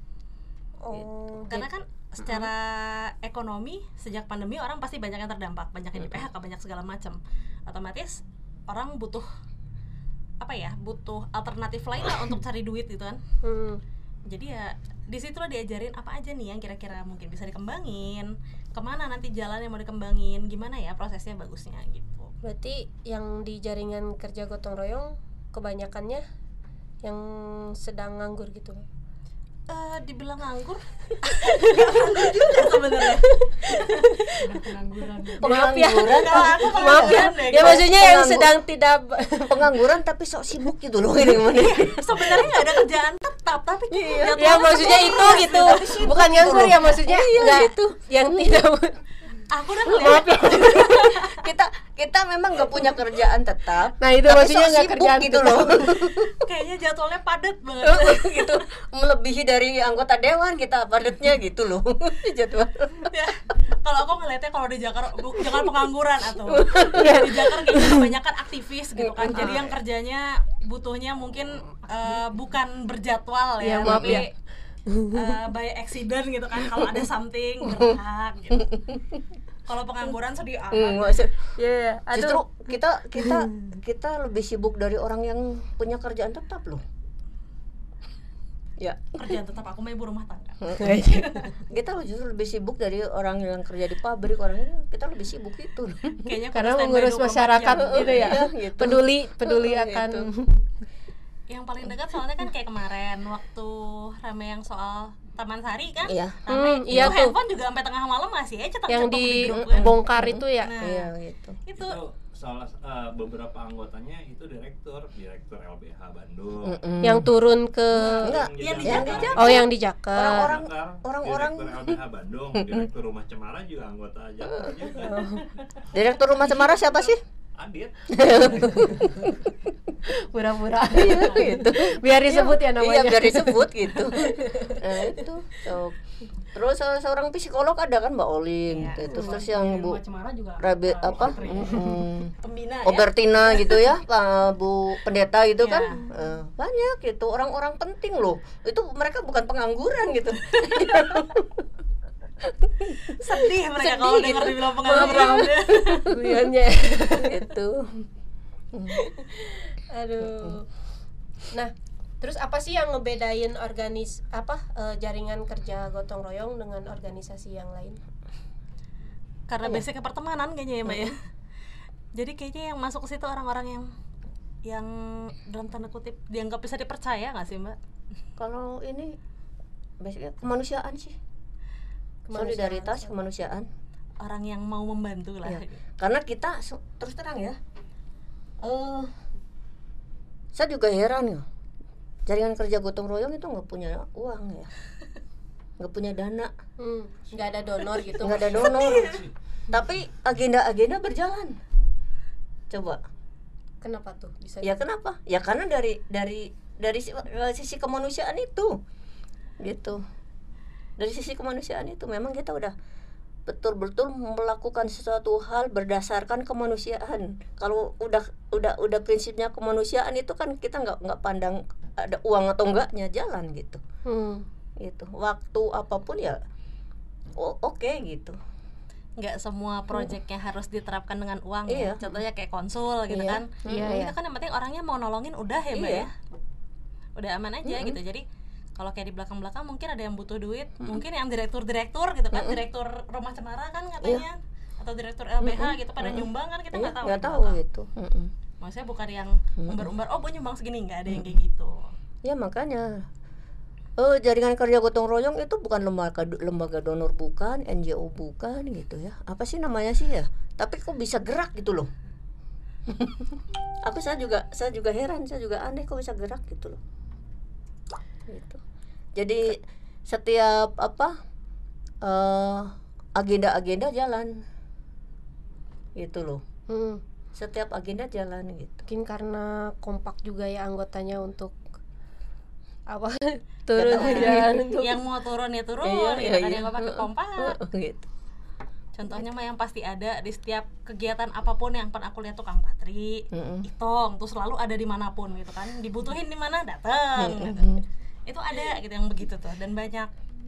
Oh, Karena kan secara ekonomi sejak pandemi orang pasti banyak yang terdampak, banyak yang di P H K, banyak segala macam. Otomatis orang butuh apa ya? Butuh alternatif lain lah untuk cari duit gitu kan. hmm. Jadi ya disitulah diajarin apa aja nih yang kira-kira mungkin bisa dikembangin, kemana nanti jalan yang mau dikembangin, gimana ya prosesnya bagusnya gitu. Berarti yang di jaringan kerja gotong royong kebanyakannya yang sedang nganggur gitu. Eh dibilang nganggur, nganggur juga sebenarnya. Pengangguran. Maaf ya. Pengangguran, Kalau aku Maaf ya. pengangguran deh, Ya kalau- maksudnya yang Penganggur- sedang tidak pengangguran tapi sok sibuk gitu loh ini gimana? sebenarnya nggak ada kerjaan tetap, tapi Iya. ya maksudnya itu gitu. Bukan nganggur ya maksudnya enggak gitu. yang tidak aku udah ngeliat kita kita memang nggak punya kerjaan tetap. Nah, itu tapi maksudnya sok nggak sibuk kerjaan gitu tetap. loh. kayaknya jadwalnya padat banget. gitu melebihi dari anggota dewan kita padatnya gitu loh jadwal. Ya, kalau aku ngeliatnya kalau di Jakarta bu- jangan pengangguran atau di Jakarta kayaknya kebanyakan aktivis gitu kan. Jadi yang kerjanya butuhnya mungkin eh, bukan berjadwal Ya, ya, maaf tapi ya. eh, by accident gitu kan. Kalau ada something gerak gitu. Kalau pengangguran sedih Hmm, amat. maksud- ya justru kita kita kita lebih sibuk dari orang yang punya kerjaan tetap loh. Ya, Kerjaan tetap aku mah ibu rumah tangga. kita justru lebih sibuk dari orang yang kerja di pabrik, orang ini kita lebih sibuk itu. Kayaknya aku karena standby mengurus dua puluh empat masyarakat jam. gitu ya. Iya, gitu. Peduli peduli Gitu. akan Yang paling dekat soalnya kan kayak kemarin waktu rame yang soal Taman Sari kan. Iya. Rame, Hmm, iya itu tuh. handphone juga sampai tengah malam masih aja cetak-cetak yang di grup kan. dibongkar itu ya. Nah, Iya gitu. itu itu salah uh, beberapa anggotanya itu direktur direktur L B H Bandung. Mm-mm. Yang turun ke Enggak, yang di yang Jakarta. oh yang di Jakarta. Orang-orang- Jakar, orang-orang- direktur L B H Bandung, direktur Rumah Cemara juga anggota Jakar juga. Direktur Rumah Cemara siapa sih? Adit. Pura-pura. gitu. Biar disebut ya namanya. Iya, biar disebut gitu. Nah, itu. So, terus uh, seorang psikolog ada kan Mbak Olin, Iya. gitu. Terus yang Bu Rumah Cemara juga Rabi uh, apa? Putri. Mm-mm. pembina ya. Obertina gitu ya, Pak Bu Pendeta gitu Iya. kan. Eh, banyak gitu orang-orang penting loh. Itu mereka bukan pengangguran gitu. Sedih mereka Sedih kalau gitu. dengar dibilang pengangguran. Guyonnya. Gitu. Aduh. Nah, terus apa sih yang ngebedain organis apa eh, jaringan kerja gotong royong dengan organisasi yang lain? Karena basic pertemanan kayaknya ya Mbak ya. Jadi kayaknya yang masuk ke situ orang-orang yang yang dalam tanda kutip dianggap bisa dipercaya nggak sih Mbak? Kalau ini basicnya kemanusiaan sih. Solidaritas, kemanusiaan. Orang yang mau membantu lah. Ya. Karena kita su- terus terang ya. Eh saya juga heran ya. Jaringan kerja gotong royong itu nggak punya uang ya. Nggak punya dana, Hmm, nggak ada donor gitu. nggak ada donor. Tapi agenda-agenda berjalan. Coba. Kenapa tuh bisa? Ya kenapa? Ya karena dari dari dari si- eh, sisi kemanusiaan itu. Gitu. Dari sisi kemanusiaan itu memang kita udah betul-betul melakukan sesuatu hal berdasarkan kemanusiaan. Kalau udah udah udah prinsipnya kemanusiaan itu kan kita nggak nggak pandang ada uang atau enggaknya, jalan gitu. Hmm. gitu. Waktu apapun ya o- oke okay, gitu. Nggak semua proyeknya harus diterapkan dengan uang Iya. ya. Contohnya kayak konsul gitu Iya. kan. Iya, Itu iya. kan yang penting orangnya mau nolongin udah ya, Mbak Iya. ya. Udah aman aja Mm-mm. gitu. Jadi kalau kayak di belakang-belakang mungkin ada yang butuh duit, mungkin yang direktur-direktur gitu kan, Mm-mm. direktur Rumah Cemara kan katanya, atau direktur L B H Mm-mm. gitu pada Mm-mm. nyumbang kan, kita Iya, nggak tahu. nggak di tahu belakang. gitu. Mm-mm. Maksudnya bukan yang Mm-mm. umbar-umbar, oh gue nyumbang segini, nggak ada yang kayak gitu. Ya makanya eh jaringan kerja gotong royong itu bukan lembaga lembaga donor, bukan N G O, bukan gitu ya. Apa sih namanya sih ya? Tapi kok bisa gerak gitu loh. Aku saya juga saya juga heran, saya juga aneh kok bisa gerak gitu loh. Gitu. Jadi setiap apa eh, agenda-agenda jalan gitu loh. Hmm. Setiap agenda jalan gitu. Mungkin karena kompak juga ya anggotanya untuk apa turun tahu. jalan untuk Yang mau turun ya turun, Iya, gitu iya, kan, iya. yang nggak pakai kompak. Gitu. Contohnya mah yang pasti ada di setiap kegiatan apapun yang pernah aku lihat tukang patri, Mm-mm. Itong tuh selalu ada dimanapun gitu kan, dibutuhin di mana datang gitu. Mm-mm. Itu ada gitu yang begitu tuh, dan banyak.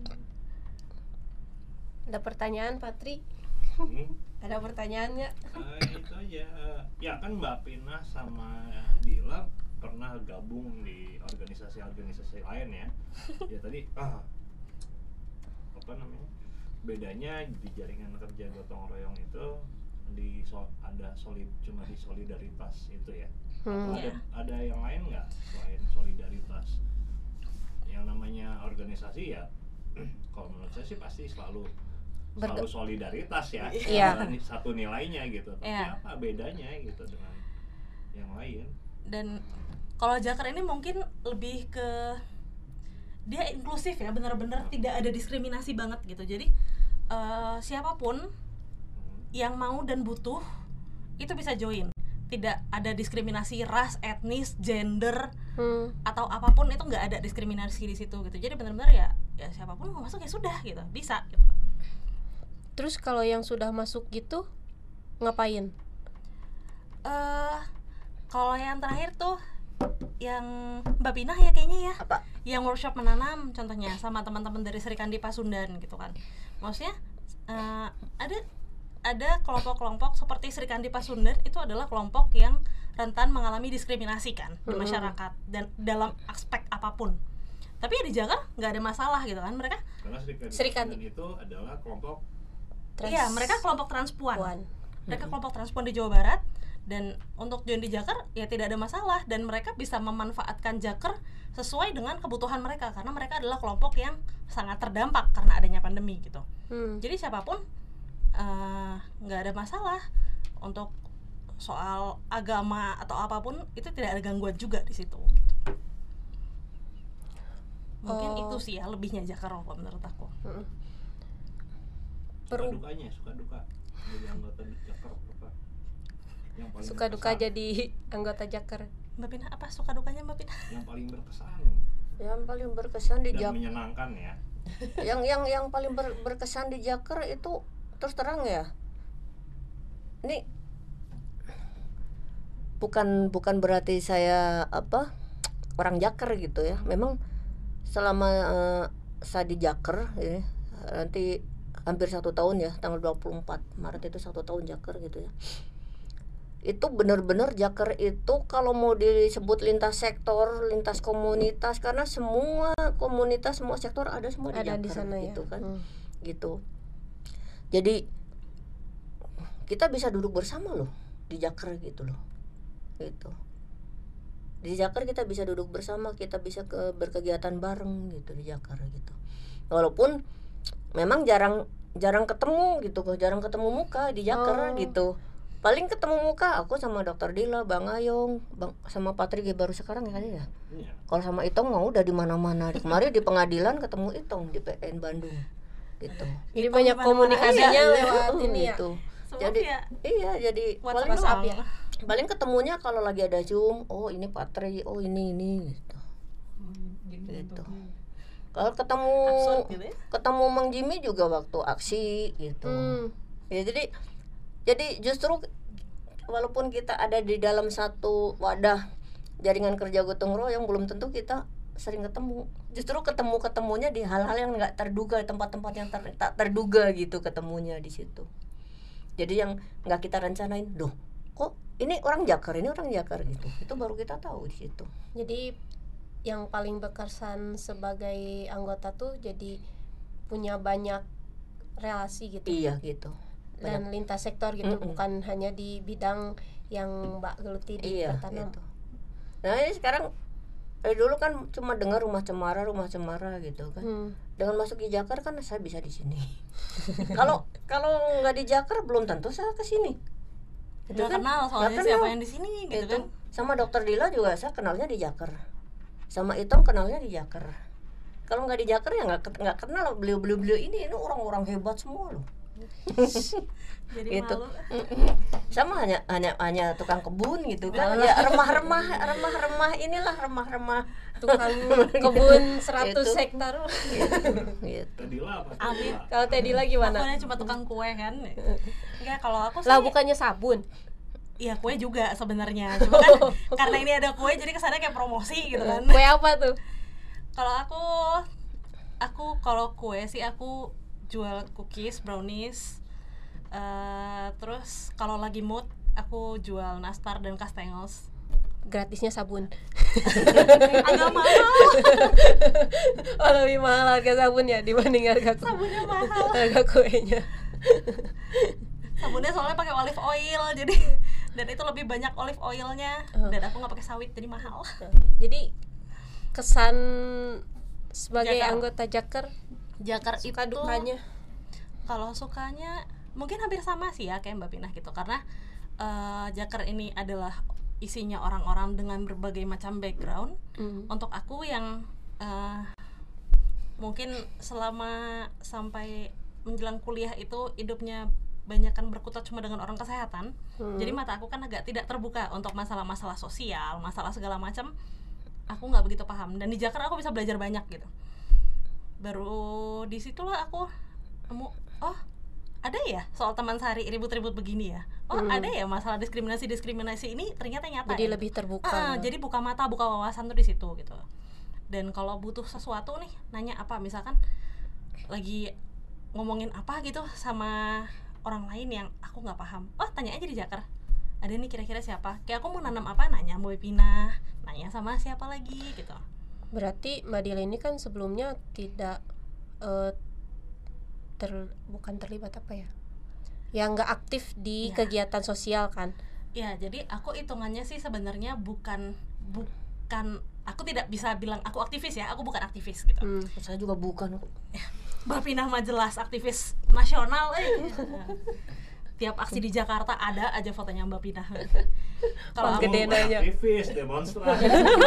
ada pertanyaan Patri? Hmm? Ada pertanyaan nggak? Ah, itu aja. Ya kan Mbak Pina sama Dila pernah gabung di organisasi-organisasi lain ya. Ya tadi ah, apa namanya? Bedanya di jaringan kerja gotong royong itu di so, ada solid cuma di solidaritas itu ya. Hmm. Atau ada Ya. ada yang lain nggak selain solidaritas? Yang namanya organisasi ya kalau menurut saya sih pasti selalu Berge- selalu solidaritas ya. Iya. Ada satu nilainya gitu. Tapi Iya. apa bedanya gitu dengan yang lain? Dan kalau Jaker ini mungkin lebih ke dia inklusif ya, benar-benar tidak ada diskriminasi banget gitu. Jadi eh, siapapun Hmm. yang mau dan butuh itu bisa join. Tidak ada diskriminasi ras, etnis, gender Hmm. atau apapun, itu nggak ada diskriminasi di situ gitu. Jadi benar-benar ya ya siapapun mau masuk ya sudah gitu, bisa gitu. Terus kalau yang sudah masuk gitu ngapain? Eh kalau yang terakhir tuh yang Mbak Pinah ya kayaknya ya, Apa? yang workshop menanam contohnya sama teman-teman dari Serikandi Pasundan gitu kan. Maksudnya eh, ada ada kelompok-kelompok seperti Serikandi Pasundan itu adalah kelompok yang rentan mengalami diskriminasi kan di Hmm. masyarakat dan dalam aspek apapun. Tapi ya di Jakarta nggak ada masalah gitu kan, mereka Karena Serikat Serikandi. Pasundan itu adalah kelompok Trans- iya mereka kelompok transpuan. Puan. Mereka kelompok transpuan di Jawa Barat, dan untuk join di Jaker ya tidak ada masalah, dan mereka bisa memanfaatkan Jaker sesuai dengan kebutuhan mereka karena mereka adalah kelompok yang sangat terdampak karena adanya pandemi gitu. Hmm. Jadi siapapun eh, nggak ada masalah untuk soal agama atau apapun, itu tidak ada gangguan juga di situ. Gitu. Mungkin Oh. itu sih ya lebihnya Jaker kalau menurut aku. Hmm. suka Peru- dukanya, suka duka jadi anggota Jaker apa? Yang paling Suka duka berkesan, jadi anggota Jaker. Mbak Pina, apa suka dukanya Mbak Pina? yang paling berkesan Yang paling berkesan di dan Jak menyenangkan ya. yang yang yang paling ber- berkesan di Jaker itu terus terang ya. Ini bukan bukan berarti saya apa orang Jaker gitu ya. Memang selama eh, saya di Jaker ya, nanti hampir satu tahun ya, tanggal dua puluh empat Maret itu satu tahun Jaker gitu ya. Itu benar-benar Jaker itu kalau mau disebut lintas sektor, lintas komunitas, karena semua komunitas, semua sektor ada semua di Ada di Jaker sana ya. gitu kan. Hmm. Gitu. Jadi kita bisa duduk bersama loh di Jaker gitu loh. Gitu. Di Jaker kita bisa duduk bersama, kita bisa ke berkegiatan bareng gitu di Jaker gitu. Walaupun memang jarang jarang ketemu gitu kok, jarang ketemu muka di Jaker Oh. gitu. Paling ketemu muka aku sama Dokter Dila, Bang Ayong, Bang sama Patri baru sekarang ya kayaknya ya. Iya. Kalau sama Itong mau udah di mana-mana. Kemarin di pengadilan ketemu Itong di P N Bandung. Gitu. Jadi Itu banyak gimana-mana komunikasinya Iya, lewat oh, ini ya. gitu. Semua Jadi via iya jadi WhatsApp paling WhatsApp doang. ya. paling ketemunya kalau lagi ada Zoom, oh ini Patri, oh ini ini gitu. Gitu. Kalau ketemu Absurd gitu ya. ketemu Mang Jimmy juga waktu aksi gitu. Hmm. Ya jadi jadi justru walaupun kita ada di dalam satu wadah jaringan kerja gotong royong, belum tentu kita sering ketemu justru ketemu ketemunya di hal-hal yang nggak terduga, tempat-tempat yang ter, tak terduga gitu ketemunya di situ. Jadi yang nggak kita rencanain, doh kok ini orang Jakar, ini orang Jakar gitu, itu baru kita tahu di situ. Jadi yang paling berkesan sebagai anggota tuh jadi punya banyak relasi gitu. Iya gitu. Dan Banyak. lintas sektor gitu, Mm-mm. bukan hanya di bidang yang Mbak geluti di Iya pertanian. gitu. Nah ini sekarang eh dulu kan cuma dengar rumah cemara, rumah cemara gitu kan. Hmm. Dengan masuk di Jakar kan saya bisa di sini. Kalau kalau nggak di Jakar belum tentu saya ke sini. Itu Nggak kan, kenal soalnya nggak siapa kenal. yang di sini gitu Itu. kan. Sama dokter Dila juga saya kenalnya di Jakar. Sama Itom kenalnya di Jakar. Kalau nggak di Jakar ya nggak ke- nggak kenal beliau-beliau beliau ini, ini orang-orang hebat semua loh. Jadi Gitu. malu. Sama hanya hanya hanya tukang kebun gitu kan. Ya remah-remah remah-remah inilah remah-remah Tukang kebun seratus Itu. hektar. gitu. Tadila apa? Amin. Tadila? Kalau Teddy lagi Aku mana? hanya cuma tukang kue kan. Enggak, kalau aku sih Lah bukannya sabun. iya kue juga sebenarnya. Cuma kan karena ini ada kue jadi kesannya kayak promosi gitu kan. Kue apa tuh? Kalau aku aku kalau kue sih aku jual cookies, brownies. Eh, terus kalau lagi mood aku jual nastar dan kastengels. Gratisnya sabun. Agak mahal. Oh, lebih mahal harga sabun ya dibanding harga ku- Sabunnya mahal. harga kuenya. Sabunnya soalnya pakai olive oil jadi dan itu lebih banyak olive oilnya dan aku nggak pakai sawit jadi mahal. Jadi kesan sebagai Jakar. anggota Jakar Jakar suka itu dukanya. kalau sukanya mungkin hampir sama sih ya kayak Mbak Pinah gitu karena eh, Jakar ini adalah isinya orang-orang dengan berbagai macam background. Hmm. Untuk aku yang eh, mungkin selama sampai menjelang kuliah itu hidupnya banyakkan berkutat cuma dengan orang kesehatan. Hmm. Jadi mata aku kan agak tidak terbuka untuk masalah-masalah sosial, masalah segala macam. Aku nggak begitu paham dan di Jakarta aku bisa belajar banyak gitu. Baru disitulah aku nemu, oh ada ya soal teman sehari ribut-ribut begini ya. Oh Hmm. ada ya masalah diskriminasi-diskriminasi ini ternyata nyata. Jadi ya. lebih terbuka. Ah, jadi buka mata, buka wawasan tuh di situ gitu. Dan kalau butuh sesuatu nih, nanya apa misalkan lagi ngomongin apa gitu sama orang lain yang aku nggak paham. Oh tanya aja di Jakar. Ada nih kira-kira siapa? Kayak aku mau nanam apa? Nanya Mbak Pinah. Nanya sama siapa lagi gitu. Berarti Mbak Dila ini kan sebelumnya tidak eh, ter bukan terlibat apa ya? Yang nggak aktif di Ya. kegiatan sosial kan? Ya jadi aku hitungannya sih sebenarnya bukan bukan aku tidak bisa bilang aku aktivis ya. Aku bukan aktivis gitu. Hmm. Saya juga bukan kok. Mbak Pinah mah jelas aktivis nasional eh. Tiap aksi di Jakarta ada aja fotonya Mbak Pinah. Kalau Pas aku gede nanya. Aktivis, demonstran.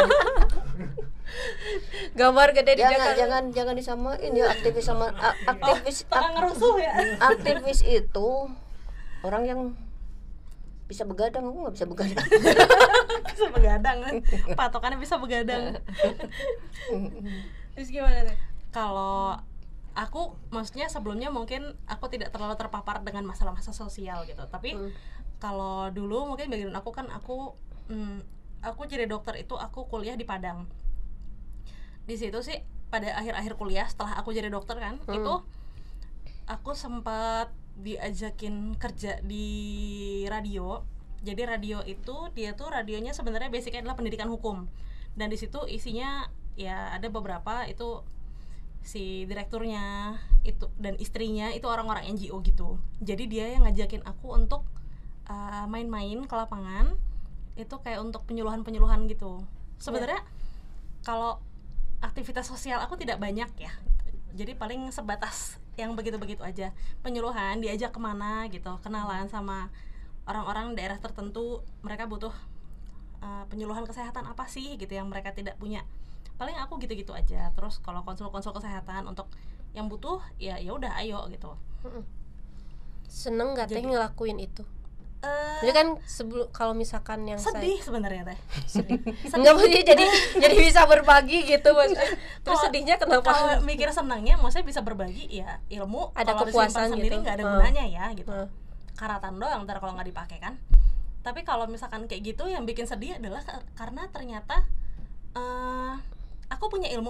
Gambar gede di Jangan Jakarta. jangan jangan disamain ya aktivis sama a- aktivis tukang ngerusuh ya. aktivis itu orang yang bisa begadang, aku nggak bisa begadang. Bisa begadang kan. Patokannya bisa begadang. Terus gimana tuh? Kalau aku maksudnya sebelumnya mungkin aku tidak terlalu terpapar dengan masalah-masalah sosial gitu. Tapi Hmm. kalau dulu mungkin bagian aku kan aku hmm, aku jadi dokter itu aku kuliah di Padang. Di situ sih pada akhir-akhir kuliah setelah aku jadi dokter kan, Hmm. itu aku sempat diajakin kerja di radio. Jadi radio itu dia tuh radionya sebenarnya basicnya adalah pendidikan hukum. Dan di situ isinya ya ada beberapa itu si direkturnya itu dan istrinya itu orang-orang N G O gitu. Jadi dia yang ngajakin aku untuk uh, main-main ke lapangan itu kayak untuk penyuluhan-penyuluhan gitu. Sebenarnya kalau aktivitas sosial aku tidak banyak ya. Jadi paling sebatas yang begitu-begitu aja. Penyuluhan, diajak kemana gitu, kenalan sama orang-orang daerah tertentu, mereka butuh uh, penyuluhan kesehatan apa sih gitu yang mereka tidak punya. Paling aku gitu-gitu aja. Terus kalau konsul-konsul kesehatan untuk yang butuh ya ya udah ayo gitu. Seneng nggak teh Jadi- ngelakuin itu? Uh, Jadi kan sebelum kalau misalkan yang sedih sebenarnya teh. saya enggak maksudnya jadi jadi bisa berbagi gitu maksudnya. Terus Kalau- sedihnya kenapa? Kalau mikir senangnya maksudnya bisa berbagi ya ilmu Ada kalau kepuasan disimpan sendiri gitu. nggak ada Hmm. gunanya ya gitu. Hmm. Karatan doang ntar kalau nggak dipakai kan. Tapi kalau misalkan kayak gitu yang bikin sedih adalah ka- karena ternyata uh, aku punya ilmu nih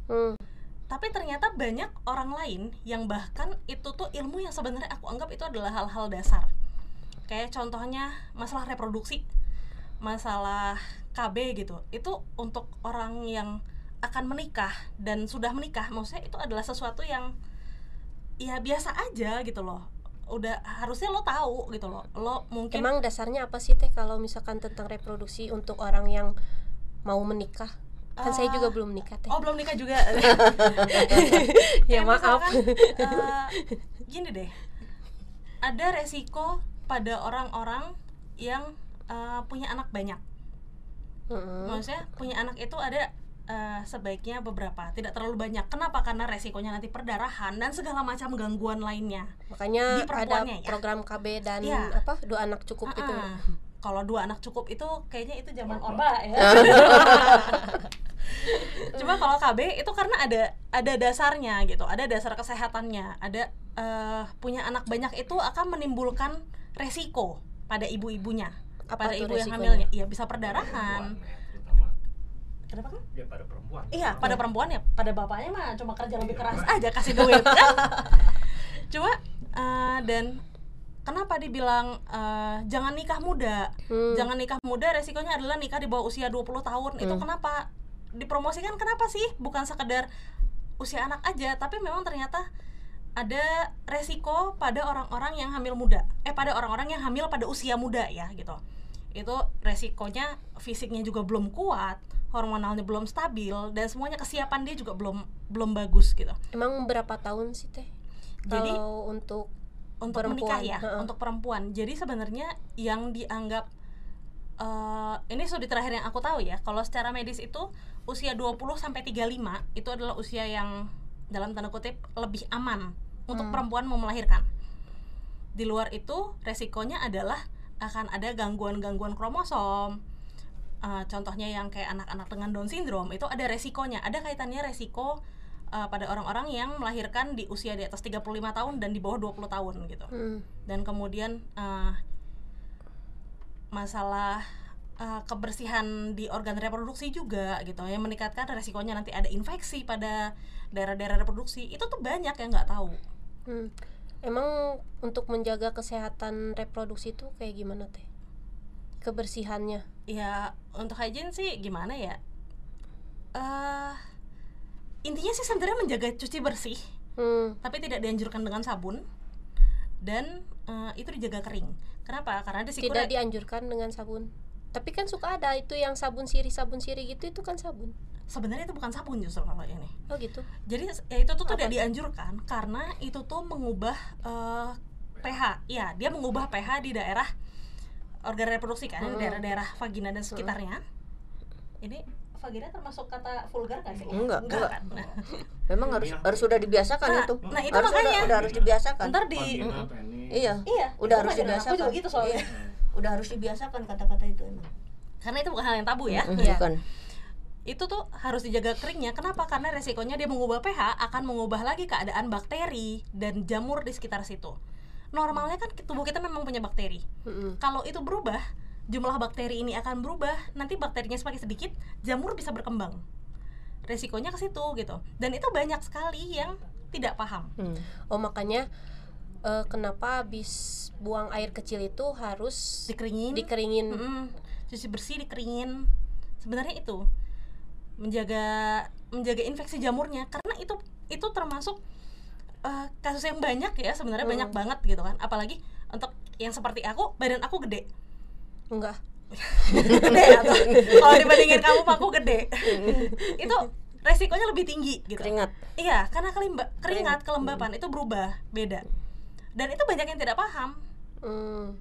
Hmm. Tapi ternyata banyak orang lain yang bahkan itu tuh ilmu yang sebenarnya aku anggap itu adalah hal-hal dasar. Kayak contohnya masalah reproduksi, masalah K B gitu. Itu untuk orang yang akan menikah dan sudah menikah, maksudnya itu adalah sesuatu yang ya biasa aja gitu loh. Udah harusnya lo tahu gitu loh. Lo mungkin Emang dasarnya apa sih teh kalau misalkan tentang reproduksi untuk orang yang mau menikah? Kan saya juga belum nikah teh. Oh, belum nikah juga. Ya Kayak maaf. misalkan, uh, gini deh, ada resiko pada orang-orang yang uh, punya anak banyak. Mm-mm. Maksudnya punya anak itu ada uh, sebaiknya beberapa, tidak terlalu banyak. Kenapa? Karena resikonya nanti perdarahan dan segala macam gangguan lainnya. Makanya Di ada perempuannya ya? program K B dan Iya. apa dua anak cukup gitu. Uh-uh. Kalau dua anak cukup itu kayaknya itu zaman Orba ya. Cuma kalau K B itu karena ada ada dasarnya gitu, ada dasar kesehatannya, ada uh, punya anak banyak itu akan menimbulkan resiko pada ibu-ibunya, Apa pada tuh ibu yang resikonya? hamilnya, ya bisa Perempuan perdarahan. ya, terutama Kenapa kan? ya pada perempuan. Iya, pada perempuan ya, pada bapaknya mah cuma kerja lebih keras aja kasih duit kan. Cuma uh, dan kenapa dibilang uh, jangan nikah muda? Hmm. Jangan nikah muda, resikonya adalah nikah di bawah usia dua puluh tahun. Itu Hmm. kenapa dipromosikan? Kenapa sih? Bukan sekedar usia anak aja, tapi memang ternyata ada resiko pada orang-orang yang hamil muda. Eh pada orang-orang yang hamil pada usia muda ya gitu. Itu resikonya fisiknya juga belum kuat, hormonalnya belum stabil, dan semuanya kesiapan dia juga belum belum bagus gitu. Emang berapa tahun sih teh? Jadi Kalau untuk untuk perempuan, menikah ya, heeh. untuk perempuan. Jadi sebenarnya yang dianggap uh, ini studi terakhir yang aku tahu ya, kalau secara medis itu usia dua puluh sampai tiga puluh lima itu adalah usia yang dalam tanda kutip lebih aman untuk Hmm. perempuan mau melahirkan. Di luar itu resikonya adalah akan ada gangguan-gangguan kromosom. Uh, contohnya yang kayak anak-anak dengan Down syndrome itu ada resikonya, ada kaitannya resiko uh, pada orang-orang yang melahirkan di usia di atas tiga puluh lima tahun dan di bawah dua puluh tahun gitu. Hmm. Dan kemudian uh, masalah uh, kebersihan di organ reproduksi juga gitu, yang meningkatkan resikonya nanti ada infeksi pada daerah-daerah reproduksi. Itu tuh banyak yang nggak tahu. Hmm. Emang untuk menjaga kesehatan reproduksi itu kayak gimana teh? Kebersihannya? Ya untuk hygiene sih gimana ya? Uh, intinya sih sebenarnya menjaga cuci bersih, Hmm. tapi tidak dianjurkan dengan sabun, dan uh, itu dijaga kering. Kenapa? Karena risiko Tidak dianjurkan dengan sabun. Tapi kan suka ada itu yang sabun sirih sabun sirih gitu, itu kan sabun. sebenarnya itu bukan sabun justru kalau ini. Oh gitu. Jadi ya itu tuh Apa tidak tuh? dianjurkan karena itu tuh mengubah uh, pH. Ya, dia mengubah pH di daerah organ reproduksi kan, Hmm. daerah-daerah vagina dan sekitarnya. Ini vagina termasuk kata vulgar nggak sih? Enggak, enggak. kan? Nah, Memang harus Iya. harus sudah dibiasakan Nah, itu. nah, itu harus makanya. udah, udah harus dibiasakan. ntar di Vagina, penis. Iya. iya, Udah itu harus pelajaran dibiasakan. aku juga gitu soalnya. Iya. Udah harus dibiasakan kata-kata itu emang. Karena itu bukan hal yang tabu ya. Mm, Iya. Bukan. Itu tuh harus dijaga keringnya. Kenapa? Karena resikonya dia mengubah pH akan mengubah lagi keadaan bakteri dan jamur di sekitar situ. Normalnya kan tubuh kita memang punya bakteri. Mm-mm. Kalau itu berubah, jumlah bakteri ini akan berubah. Nanti bakterinya semakin sedikit, jamur bisa berkembang. Resikonya ke situ gitu. Dan itu banyak sekali yang tidak paham. Hmm. Oh makanya eh, kenapa habis buang air kecil itu harus Dikeringin, dikeringin. Mm-mm. cuci bersih, dikeringin. Sebenarnya itu menjaga menjaga infeksi jamurnya, karena itu itu termasuk uh, kasus yang banyak ya sebenarnya, Hmm. banyak banget gitu kan. Apalagi untuk yang seperti aku, badan aku gede. Enggak. Gede atau kalau dibandingin kamu aku gede. Itu resikonya lebih tinggi gitu. Keringat. Iya, karena kelimba, keringat, Keringat. kelembapan itu berubah, beda. Dan itu banyak yang tidak paham. Hmm.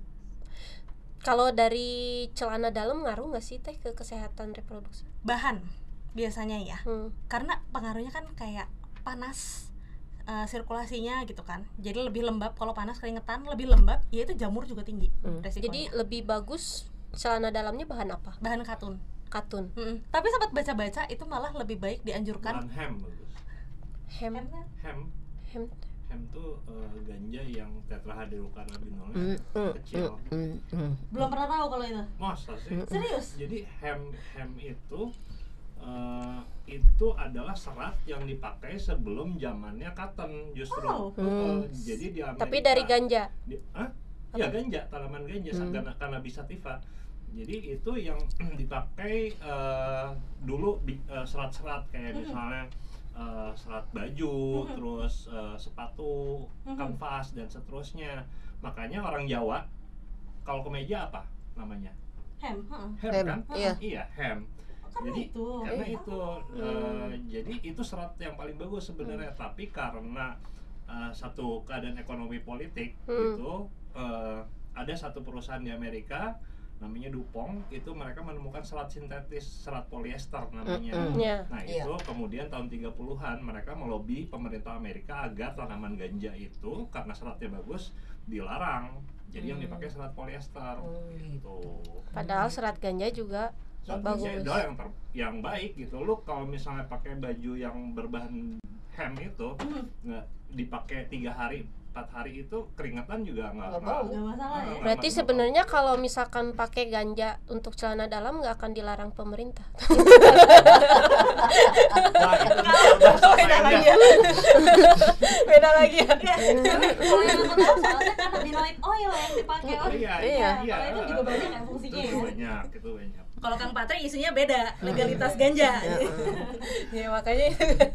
Kalau dari celana dalam ngaruh nggak sih teh ke kesehatan reproduksi? Bahan biasanya ya. Hmm. Karena pengaruhnya kan kayak panas, uh, sirkulasinya gitu kan, jadi lebih lembab. Kalau panas keringetan lebih lembab, ya itu jamur juga tinggi. Hmm. Resikonya. Jadi lebih bagus celana dalamnya bahan apa? bahan katun. Katun. Mm-mm. Tapi sempat baca-baca itu malah lebih baik dianjurkan. Bukan hem bagus. Hem. Hem Hem. hem tuh eh, ganja yang tetrahydrocannabinolnya Hmm, hmm, kecil. hmm, hmm. Belum pernah tahu kalau itu. Masa sih? Serius? Jadi hem hem itu uh, itu adalah serat yang dipakai sebelum zamannya cotton justru. Oh. Uh, Hmm. jadi di Amerika. Tapi dari ganja. Di, Hah? Ya ganja, tanaman ganja, Hmm. karena cannabis sativa. Jadi itu yang dipakai uh, dulu di, uh, serat-serat kayak misalnya uh, serat baju, terus uh, sepatu, kanvas dan seterusnya. Makanya orang Jawa kalau kemeja apa namanya? Hem, heeh. Hem, Hem, kan? iya. Iya, hem. Karena Jadi itu. karena Eh, itu uh, jadi itu serat yang paling bagus sebenarnya, tapi karena uh, satu keadaan ekonomi politik Hmm. gitu, uh, ada satu perusahaan di Amerika namanya DuPont, itu mereka menemukan serat sintetis, serat polyester namanya. Mm-mm. Ya. Nah, Iya. itu kemudian tahun tiga puluhan mereka melobi pemerintah Amerika agar tanaman ganja itu karena seratnya bagus dilarang. Jadi yang dipakai serat polyester. Oh, Gitu. Padahal serat ganja juga Serat bagus. ganja adalah yang ter- yang baik gitu. Lu kalau misalnya pakai baju yang berbahan hem itu nggak dipakai tiga hari, empat hari itu keringetan juga nggak Nggak nggak- bau. Nggak masalah ya. nggak- Berarti nggak sebenarnya kalau misalkan pakai ganja untuk celana dalam nggak akan dilarang pemerintah. Nah, itu udah Beda lagi ya. Beda lagi ya. Kalau yang aku tahu soalnya cannabinoid oil yang dipakai. Oh, Iya, Iya. iya. Kalau itu juga banyak ya fungsinya Itu ya. banyak, itu banyak. Kalau Kang Patri isunya beda, legalitas ganja. Ya makanya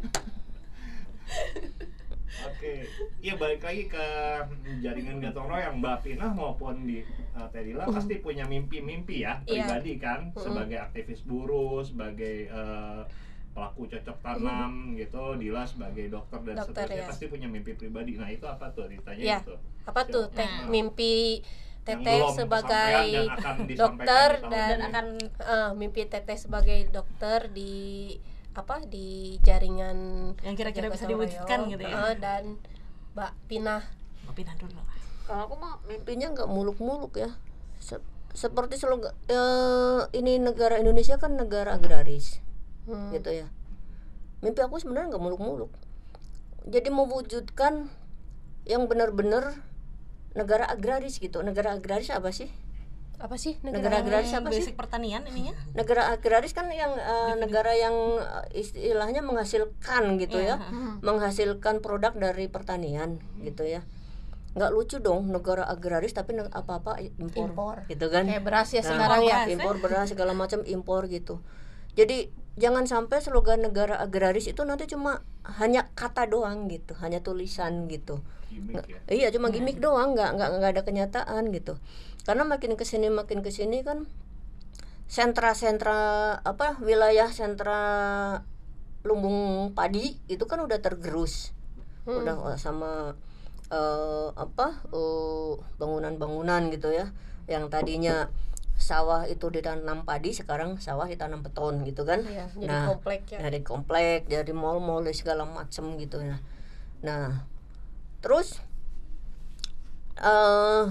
Oke, iya balik lagi ke jaringan gotong royong Mbak Pinah maupun di uh, Tedila pasti punya mimpi-mimpi ya Iya. pribadi kan, sebagai aktivis buruh, sebagai uh, pelaku cocok tanam gitu, Dila sebagai dokter dan Dokter, seterusnya ya. pasti punya mimpi pribadi. Nah itu apa tuh ditanya Ya. itu? apa tuh teh Nah. mimpi Yang Teteh belum sebagai kesampaian dan akan disampaikan dokter di tahun dan ini. akan eh, mimpi Teteh sebagai dokter di apa di jaringan yang kira-kira bisa gotong diwujudkan royong, gitu ya. eh, dan Mbak Pinah. Mau pindah dulu. Kalau aku mah mimpinya nggak muluk-muluk ya. Se- seperti slogan eh, ini negara Indonesia kan negara agraris, Hmm. gitu ya. Mimpi aku sebenarnya nggak muluk-muluk. Jadi mewujudkan yang benar-benar negara agraris gitu. Negara agraris apa sih? Apa sih Negara agraris apa sih? Basic pertanian ininya. Negara agraris kan yang eh, negara yang eh, istilahnya menghasilkan gitu Iya, ya, menghasilkan produk dari pertanian gitu ya. Nggak lucu dong negara agraris tapi ne- apa-apa impor, Impor. gitu kan. Kayak beras ya Nah, sekarang ya. beras. impor beras segala macam impor gitu. Jadi jangan sampai slogan negara agraris itu nanti cuma hanya kata doang gitu, hanya tulisan gitu. Gimik ya. Iya cuma gimmick doang, nggak nggak nggak ada kenyataan gitu. Karena makin kesini makin kesini kan sentra-sentra apa wilayah sentra lumbung padi itu kan udah tergerus, Hmm. udah sama eh, apa eh, bangunan-bangunan gitu ya, yang tadinya sawah itu ditanam padi sekarang sawah ditanam beton gitu kan. Iya, jadi Nah, komplek ya. dari komplek, dari mall-mall dan segala macem gitu ya. Nah, terus eh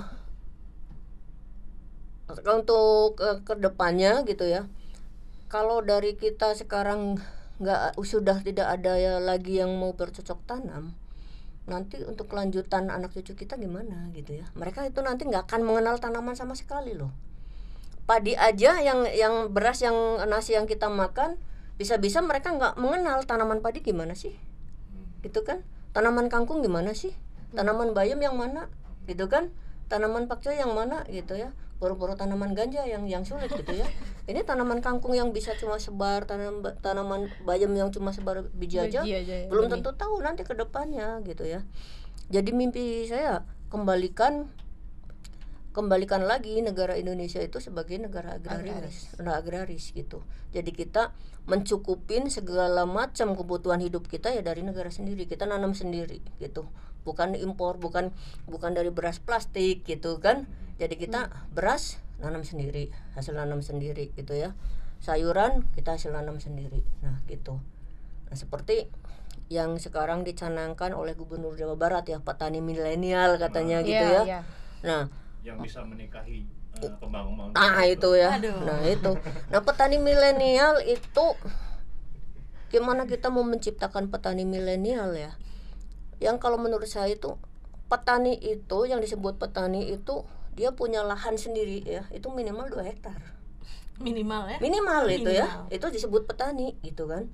untuk ke, ke depannya gitu ya. Kalau dari kita sekarang nggak sudah tidak ada ya lagi yang mau bercocok tanam, nanti untuk kelanjutan anak cucu kita gimana gitu ya. Mereka itu nanti nggak akan mengenal tanaman sama sekali loh. Padi aja yang yang beras yang nasi yang kita makan, bisa-bisa mereka nggak mengenal tanaman padi gimana sih, gitu kan? Tanaman kangkung gimana sih? Tanaman bayam yang mana, gitu kan? Tanaman pakcoy yang mana, gitu ya? Baru-baru tanaman ganja yang yang sulit gitu ya. Ini tanaman kangkung yang bisa cuma sebar, tanam tanaman bayam yang cuma sebar biji aja, Biji aja ya, belum benih. tentu tahu nanti ke depannya gitu ya. Jadi mimpi saya kembalikan kembalikan lagi negara Indonesia itu sebagai negara agraris, negara agraris gitu. Jadi kita mencukupin segala macam kebutuhan hidup kita ya dari negara sendiri. Kita nanam sendiri gitu. Bukan impor, bukan bukan dari beras plastik gitu kan. Jadi kita beras nanam sendiri, hasil nanam sendiri gitu ya. Sayuran kita hasil nanam sendiri. Nah, gitu. Nah, seperti yang sekarang dicanangkan oleh Gubernur Jawa Barat ya, petani milenial katanya gitu Iya, ya. iya. Nah, Yang bisa menikahi uh, pembangunan. Nah itu ya, Aduh. nah itu, nah petani milenial itu gimana kita mau menciptakan petani milenial ya? Yang kalau menurut saya itu petani itu yang disebut petani itu dia punya lahan sendiri ya, itu minimal dua hektar. Minimal ya. Minimal itu ya, Minimal. itu disebut petani gitu kan.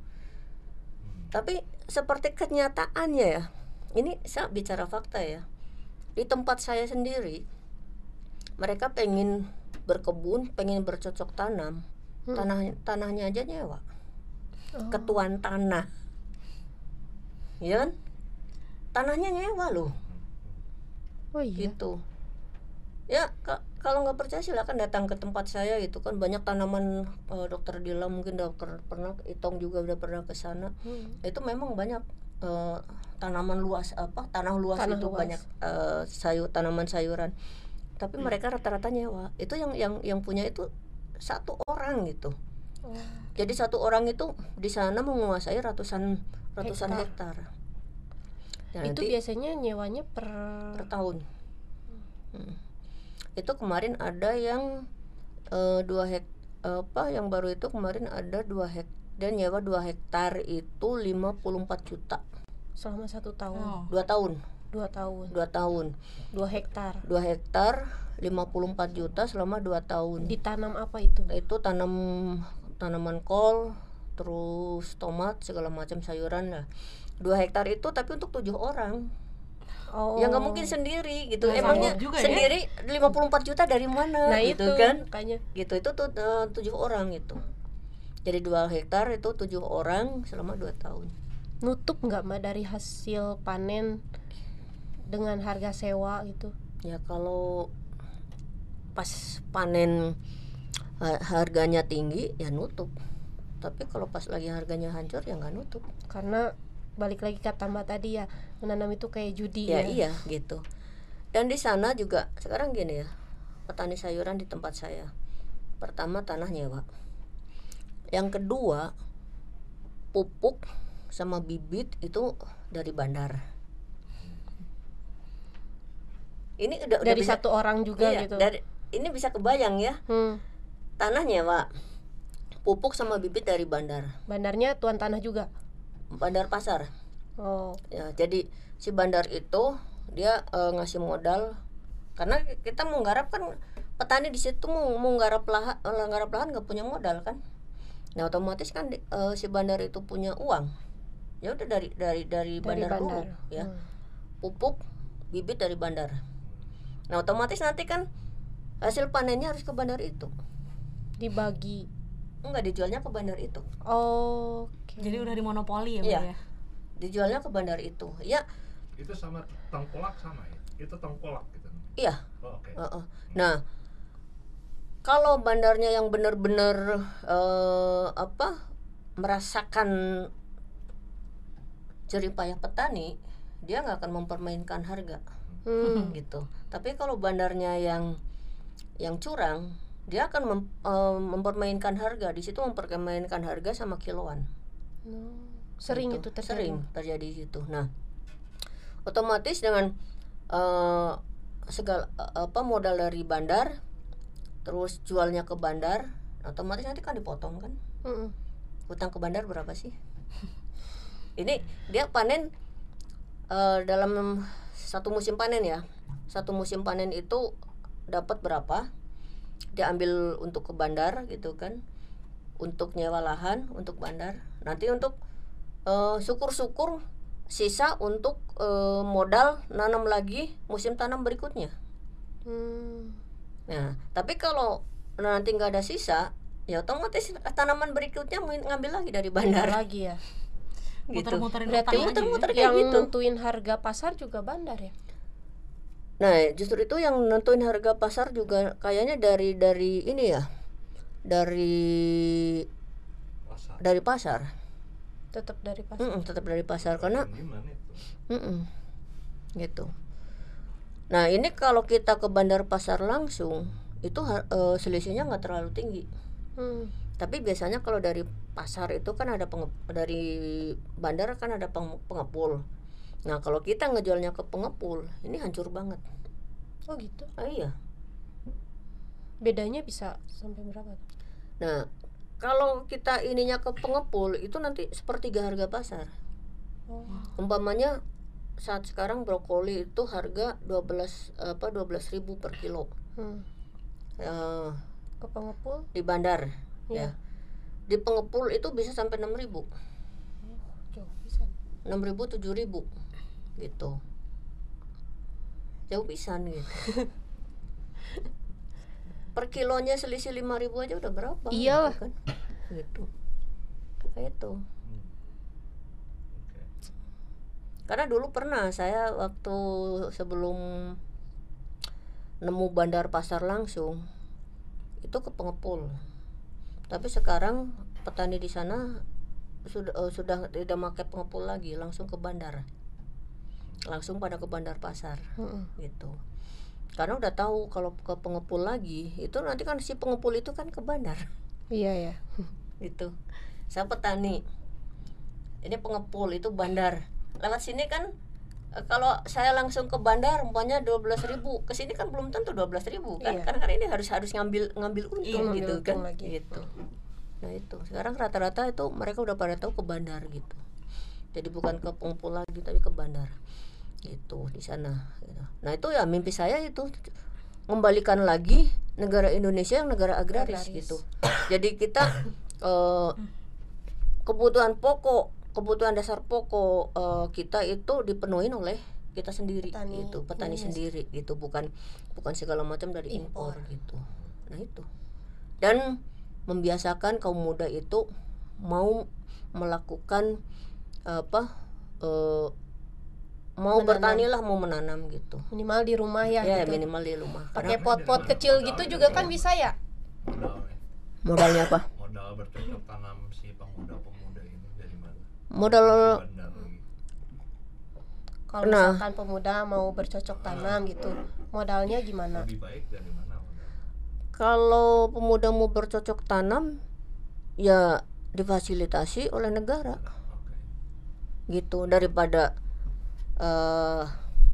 Tapi seperti kenyataannya ya, ini saya bicara fakta ya. Di tempat saya sendiri, mereka pengen berkebun, pengen bercocok tanam, Hmm. tanah tanahnya aja nyewa, Oh. ketuan tanah, ya kan? Tanahnya nyewa loh, Oh iya. gitu. Ya ka- kalau nggak percaya silakan datang ke tempat saya, itu kan banyak tanaman. eh, Dokter Dila mungkin udah per- pernah, Itong juga udah pernah ke sana. Hmm. Itu memang banyak eh, tanaman luas, apa tanah luas Tanah itu luas. banyak eh, sayur tanaman sayuran. Tapi mereka rata-rata nyewa. Itu yang yang yang punya itu satu orang gitu. Oh. Jadi satu orang itu di sana menguasai ratusan ratusan hektar. Dan Itu nanti biasanya nyewanya per per tahun. Hmm. Itu kemarin ada yang eh, dua hek apa yang baru itu kemarin ada dua hek dan nyewa dua hektar itu lima puluh empat juta selama satu tahun, Oh. dua tahun dua tahun, dua tahun dua hektar. dua hektar lima puluh empat juta selama dua tahun. Ditanam apa itu? Itu tanam tanaman kol, terus tomat, segala macam sayuran lah. Dua hektar itu tapi untuk tujuh orang. Oh. Ya nggak mungkin sendiri gitu. Nggak Emangnya sanggup juga ya. sendiri lima puluh empat juta dari mana? Nah gitu itu kan? makanya. Gitu itu tuh eh, tujuh orang itu. Jadi dua hektar itu tujuh orang selama dua tahun. Nutup nggak mbak dari hasil panen dengan harga sewa gitu? Ya kalau pas panen ha- harganya tinggi ya nutup. Tapi kalau pas lagi harganya hancur ya nggak nutup. Karena balik lagi kata mbak tadi ya, menanam itu kayak judi Ya ya. iya gitu. Dan di sana juga sekarang gini ya, petani sayuran di tempat saya. Pertama tanah nyewa. Yang kedua pupuk sama bibit itu dari bandar. Ini udah, udah Dari bisa, satu orang juga iya, gitu. dari ini bisa kebayang ya, Hmm. tanah nyewa, pupuk sama bibit dari bandar, Bandarnya tuan tanah juga. bandar pasar. Oh. Ya, jadi si bandar itu dia eh, ngasih modal, karena kita mau nggarap kan, petani di situ mau mau nggarap lahan, nggarap lahan nggak punya modal kan. Nah otomatis kan di- eh, si bandar itu punya uang. Ya udah dari dari dari Dari bandar, dulu bandar. ya. Hmm. Pupuk bibit dari bandar. Nah otomatis nanti kan hasil panennya harus ke bandar itu. Dibagi. Enggak, dijualnya ke bandar itu. Oh. Oke. Jadi udah dimonopoli ya, Mbak Iya. ya. Dijualnya ke bandar itu. Ya, Itu sama tengkolak sama ya? Itu tengkolak gitu. iya. Oh, oke. Heeh. Nah, kalau bandarnya yang benar-benar eh, apa merasakan jerih payah petani, dia nggak akan mempermainkan harga, Hmm. gitu. Tapi kalau bandarnya yang yang curang, dia akan mem- eh, mempermainkan harga. Di situ mempermainkan harga sama kiloan. Hmm. Sering Gitu. itu terjadi. Sering terjadi gitu. Nah, otomatis dengan eh, segala eh, apa modal dari bandar, terus jualnya ke bandar, otomatis nanti kan dipotong kan. Mm-mm. Utang ke bandar berapa sih? Ini dia panen eh, dalam satu musim panen ya. Satu musim panen itu dapat berapa? Dia ambil untuk ke bandar gitu kan. Untuk nyewa lahan, untuk bandar. Nanti untuk eh, syukur-syukur sisa untuk eh, modal nanam lagi musim tanam berikutnya. Hmm. Nah, tapi kalau nanti nggak ada sisa, ya otomatis tanaman berikutnya mau ngambil lagi dari bandar. Lagi ya. Gitu. Muter-muterin Berarti utang aja muter-muter ya. kayak Yang gitu. nentuin harga pasar juga bandar ya. Nah, justru itu yang nentuin harga pasar juga kayaknya dari dari ini ya, dari Pasar. dari pasar. Tetap dari pasar. Mm-mm, tetap dari pasar karena Gimana itu? mm-mm, gitu. Nah, ini kalau kita ke bandar pasar langsung itu har- eh, selisihnya nggak terlalu tinggi. Hmm. Tapi biasanya kalau dari pasar itu kan ada penge- dari bandar kan ada peng- pengepul. Nah, kalau kita ngejualnya ke pengepul, ini hancur banget. Oh gitu. Ah, iya. Bedanya bisa sampai berapa? Nah, kalau kita ininya ke pengepul itu nanti sepertiga harga pasar. Oh. Umpamanya saat sekarang brokoli itu harga dua belas apa dua belas ribu per kilo. Hmm. Eh, ke pengepul di bandar Iya. ya. Di pengepul itu bisa sampai enam ribu. jauh pisan. enam ribu tujuh ribu gitu. Jauh pisan gitu. Per kilonya selisih lima ribu aja udah berapa? Iya. Gitu kan. Gitu. Kayak itu. Hmm. Oke. Karena dulu pernah saya waktu sebelum nemu bandar pasar langsung itu ke pengepul. Tapi sekarang petani di sana sudah uh, sudah tidak pakai pengepul lagi, langsung ke bandar. Langsung pada ke bandar pasar. Mm-mm. Gitu. Karena udah tahu kalau ke pengepul lagi itu nanti kan si pengepul itu kan ke bandar. Iya ya. Gitu. Saya petani. Ini pengepul itu bandar. Lewat sini kan e, kalau saya langsung ke bandar umpamanya dua belas ribu, ke sini kan belum tentu dua belas ribu kan. Iya. Karena kan ini harus harus ngambil ngambil untung Iya, ngambil gitu untung kan. lagi. Gitu. Nah, itu. Sekarang rata-rata itu mereka udah pada tahu ke bandar gitu. Jadi bukan ke pengepul lagi tapi ke bandar. Gitu di sana gitu. Nah, itu ya mimpi saya itu mengembalikan lagi negara Indonesia yang negara agraris, Agraris. gitu. Jadi kita eh, kebutuhan pokok, kebutuhan dasar pokok eh, kita itu dipenuhi oleh kita sendiri Petani gitu, petani Indonesia. sendiri gitu, bukan bukan segala macam dari impor, Impor. gitu. Nah, itu. Dan membiasakan kaum muda itu mau melakukan apa eh, mau Menanam. bertani lah, mau menanam gitu. Minimal di rumah ya, Ya, gitu. minimal di rumah. Pakai Karena pot-pot kecil gitu juga kan bisa ya. Modal nih. modalnya apa? Modal bercocok tanam si pemuda-pemuda ini dari mana? Modal Dari bandar lagi. Kalau Nah. misalkan pemuda mau bercocok tanam gitu, modalnya gimana? Lebih baik dari mana modal? kalau pemuda mau bercocok tanam ya difasilitasi oleh negara Oke. gitu, daripada eh,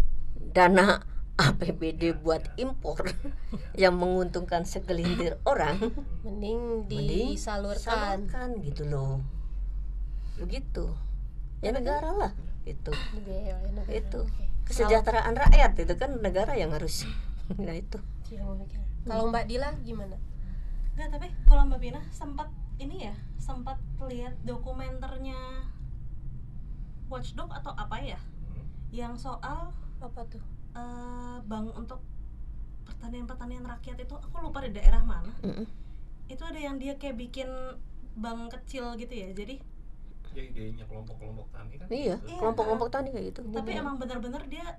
dana A P B D buat impor yang menguntungkan segelintir orang. Mending Mending disalurkan. salurkan gitu loh, begitu ya, negara lah gitu. Lebih ya, negara. Itu Oke. kesejahteraan rakyat itu kan negara yang harus. Nah, itu Iya, mau mikir. Kalau Mbak Dila gimana? Enggak, tapi kalau Mbak Pina sempat ini ya, sempat lihat dokumenternya Watchdog atau apa ya, Hmm. yang soal Apa tuh? eh, bank untuk pertanian-pertanian rakyat itu, aku lupa di daerah mana. Mm-mm. Itu ada yang dia kayak bikin bank kecil gitu ya. Jadi Ya idenya kelompok-kelompok tani kan. Iya, gitu. kelompok-kelompok tani kayak gitu. tapi emang benar-benar dia,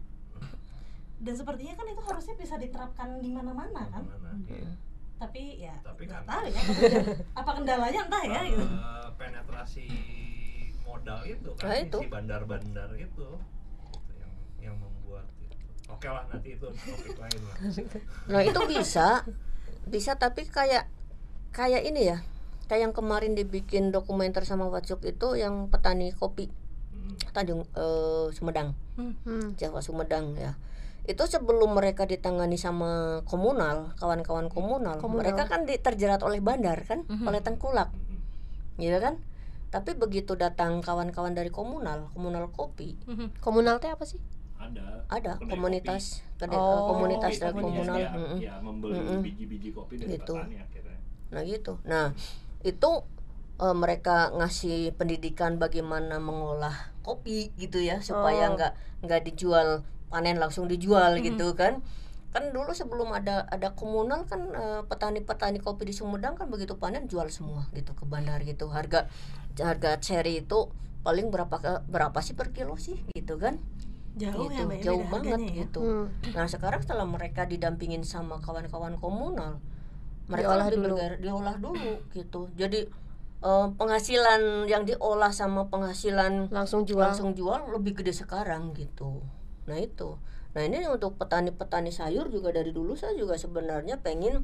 dan sepertinya kan itu harusnya bisa diterapkan di mana-mana kan. Mana, iya. Tapi ya Tapi nggak kan- tahu ya apa kendalanya entah ya gitu. Eh, penetrasi modal itu kan Nah, itu. si bandar-bandar itu, itu yang yang membuat itu. Oke lah, nanti itu topik lain lah. Nah, itu bisa bisa tapi kayak kayak ini ya, kayak yang kemarin dibikin dokumenter sama Watchdog itu yang petani kopi Hmm. Tanjung eh, Sumedang, Hmm. Jawa Sumedang ya. Itu sebelum mereka ditangani sama komunal, kawan-kawan komunal, Komunal. mereka kan di- terjerat oleh bandar kan, Mhm. oleh tengkulak, Hmm. gitu kan. Tapi begitu datang kawan-kawan dari komunal, komunal kopi, Komunal teh apa sih? Ada ada kedai komunitas, kedai- Oh, komunitas kopi. dari Kopi komunal. ya, mm-mm. ya membeli Mm-mm. biji-biji kopi dari Gitu. petani akhirnya. Nah, gitu. Nah, itu eh, mereka ngasih pendidikan bagaimana mengolah kopi gitu ya, supaya Oh. nggak nggak dijual panen langsung dijual Mhm. gitu kan. Kan dulu sebelum ada ada komunal kan eh, petani-petani kopi di Sumedang kan begitu panen jual semua gitu ke bandar gitu. Harga harga cherry itu paling berapa ke- berapa sih per kilo sih gitu kan. Jauh Gitu, ya Mbak, ya, jauh beda banget harganya ya. gitu. Hmm. Nah, sekarang setelah mereka didampingin sama kawan-kawan komunal, mereka Diolah lebih dulu. bergar- diolah dulu gitu. Jadi eh, penghasilan yang diolah sama penghasilan Langsung jual. langsung jual lebih gede sekarang gitu. Nah, itu. Nah, ini untuk petani-petani sayur juga dari dulu saya juga sebenarnya pengen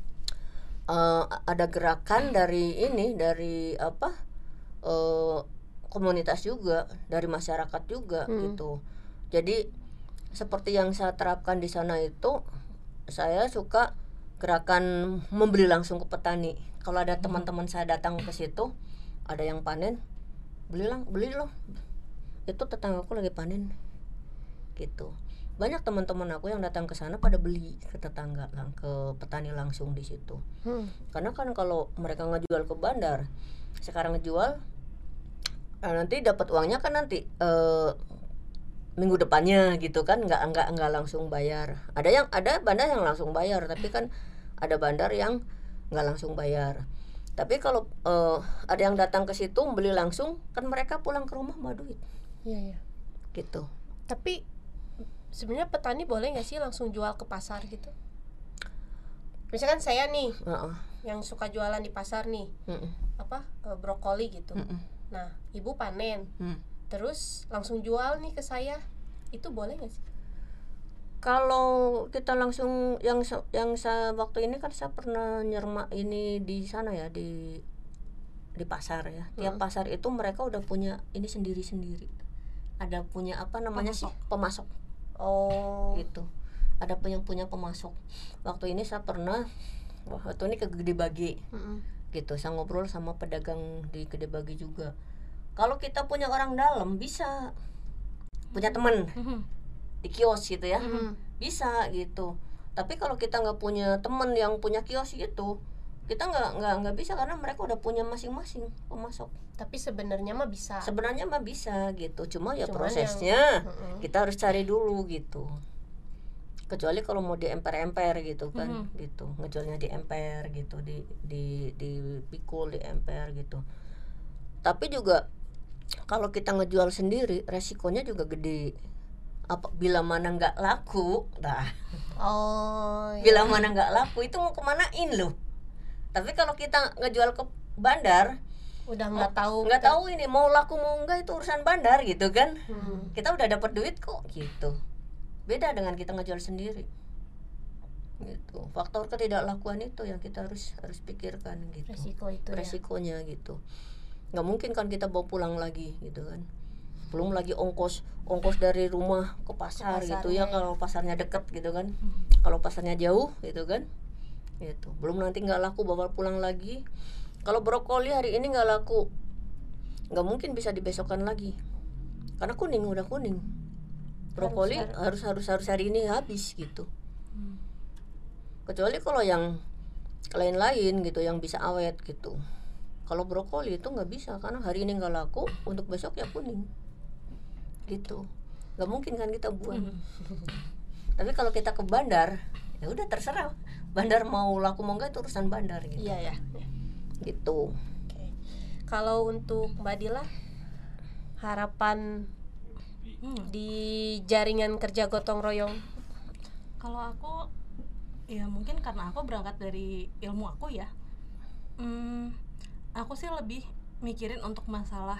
eh, ada gerakan dari ini, dari apa eh, komunitas juga, dari masyarakat juga Hmm. gitu. Jadi seperti yang saya terapkan di sana itu, saya suka gerakan membeli langsung ke petani. Kalau ada teman-teman saya datang ke situ, ada yang panen, beli lang, beli loh. Itu tetanggaku lagi panen, gitu. banyak teman-teman aku yang datang ke sana pada beli ke tetangga, lang- ke petani langsung di situ. Hmm. Karena kan kalau mereka ngejual ke bandar, sekarang ngejual, eh, nanti dapat uangnya kan nanti eh, minggu depannya gitu kan, nggak nggak nggak langsung bayar. Ada yang ada bandar yang langsung bayar, tapi kan ada bandar yang nggak langsung bayar. Tapi kalau eh, ada yang datang ke situ beli langsung, kan mereka pulang ke rumah bawa duit Iya, iya. gitu. Tapi sebenarnya petani boleh nggak sih langsung jual ke pasar gitu? Misalkan saya nih Uh-uh. yang suka jualan di pasar nih, Mm-mm. apa eh, brokoli gitu. Mm-mm. Nah, ibu panen, Mm. terus langsung jual nih ke saya, itu boleh nggak sih? Kalau kita langsung yang se- yang saya waktu ini kan saya pernah nyerma ini di sana ya, di di pasar ya. Tiap pasar itu mereka udah punya ini sendiri-sendiri. Ada punya apa namanya sih? Pemasok Oh, gitu. Ada punya punya pemasok. Waktu ini saya pernah waktu ini ke Gede Bage mm-mm. gitu. Saya ngobrol sama pedagang di Gede Bage juga. Kalau kita punya orang dalam bisa punya teman di kios gitu ya, Mm-mm. bisa gitu. Tapi kalau kita nggak punya teman yang punya kios gitu, kita nggak nggak nggak bisa karena mereka udah punya masing-masing pemasok. Tapi sebenarnya mah bisa. Sebenarnya mah bisa gitu, cuma ya Cuman prosesnya Mm-mm. kita harus cari dulu gitu. Kecuali kalau mau diemper-emper gitu kan, Mhm. gitu ngejualnya diemper gitu, di di dipikul diemper gitu. Tapi juga kalau kita ngejual sendiri resikonya juga gede. Apa bila mana nggak laku, nah Oh, iya. bila mana nggak laku itu mau kemanain loh. Tapi kalau kita ngejual ke bandar, Udah nggak tahu. nggak kita- tahu ini mau laku mau enggak itu urusan bandar gitu kan. Hmm. Kita udah dapat duit kok gitu. Beda dengan kita ngejual sendiri gitu. Faktor ketidaklakuan itu yang kita harus harus pikirkan gitu. Resiko itu ya. Resikonya gitu. Nggak mungkin kan kita bawa pulang lagi gitu kan. Belum lagi ongkos ongkos dari rumah ke pasar, Ke gitu pasarnya, ya, kalau pasarnya deket gitu kan. Kalau pasarnya jauh gitu kan. Gitu. Belum nanti nggak laku bawa pulang lagi. Kalau brokoli hari ini nggak laku, nggak mungkin bisa dibesokkan lagi karena kuning udah kuning. Brokoli harus harus harus hari ini habis gitu. Kecuali kalau yang lain-lain gitu yang bisa awet gitu. Kalau brokoli itu nggak bisa karena hari ini nggak laku, untuk besok ya kuning gitu. Nggak mungkin kan kita buang. Tapi kalau kita ke bandar ya udah terserah, bandar mau laku mau nggak itu urusan bandar gitu. Iya ya. Gitu. Oke. Kalau untuk Mbak Dila, harapan Hmm. di jaringan kerja gotong royong. Kalau aku ya mungkin karena aku berangkat dari ilmu aku ya, hmm, aku sih lebih mikirin untuk masalah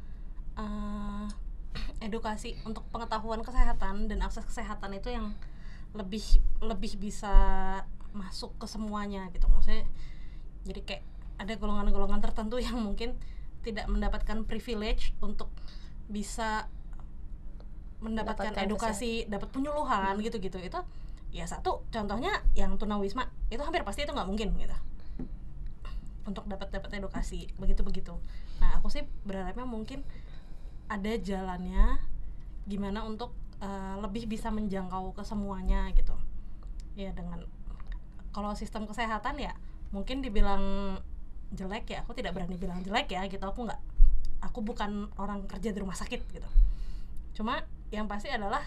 uh, edukasi untuk pengetahuan kesehatan dan akses kesehatan itu yang lebih lebih bisa masuk ke semuanya gitu. Maksudnya jadi kayak ada golongan-golongan tertentu yang mungkin tidak mendapatkan privilege untuk bisa mendapatkan Mendapatkan edukasi, dapat penyuluhan gitu-gitu. Itu ya satu contohnya yang tunawisma itu hampir pasti itu nggak mungkin gitu untuk dapat dapat edukasi begitu-begitu. Nah aku sih berharapnya mungkin ada jalannya gimana untuk uh, lebih bisa menjangkau ke semuanya gitu ya. Dengan kalau sistem kesehatan ya mungkin dibilang jelek ya, aku tidak berani bilang jelek ya gitu. Aku nggak, aku bukan orang kerja di rumah sakit gitu. Cuma yang pasti adalah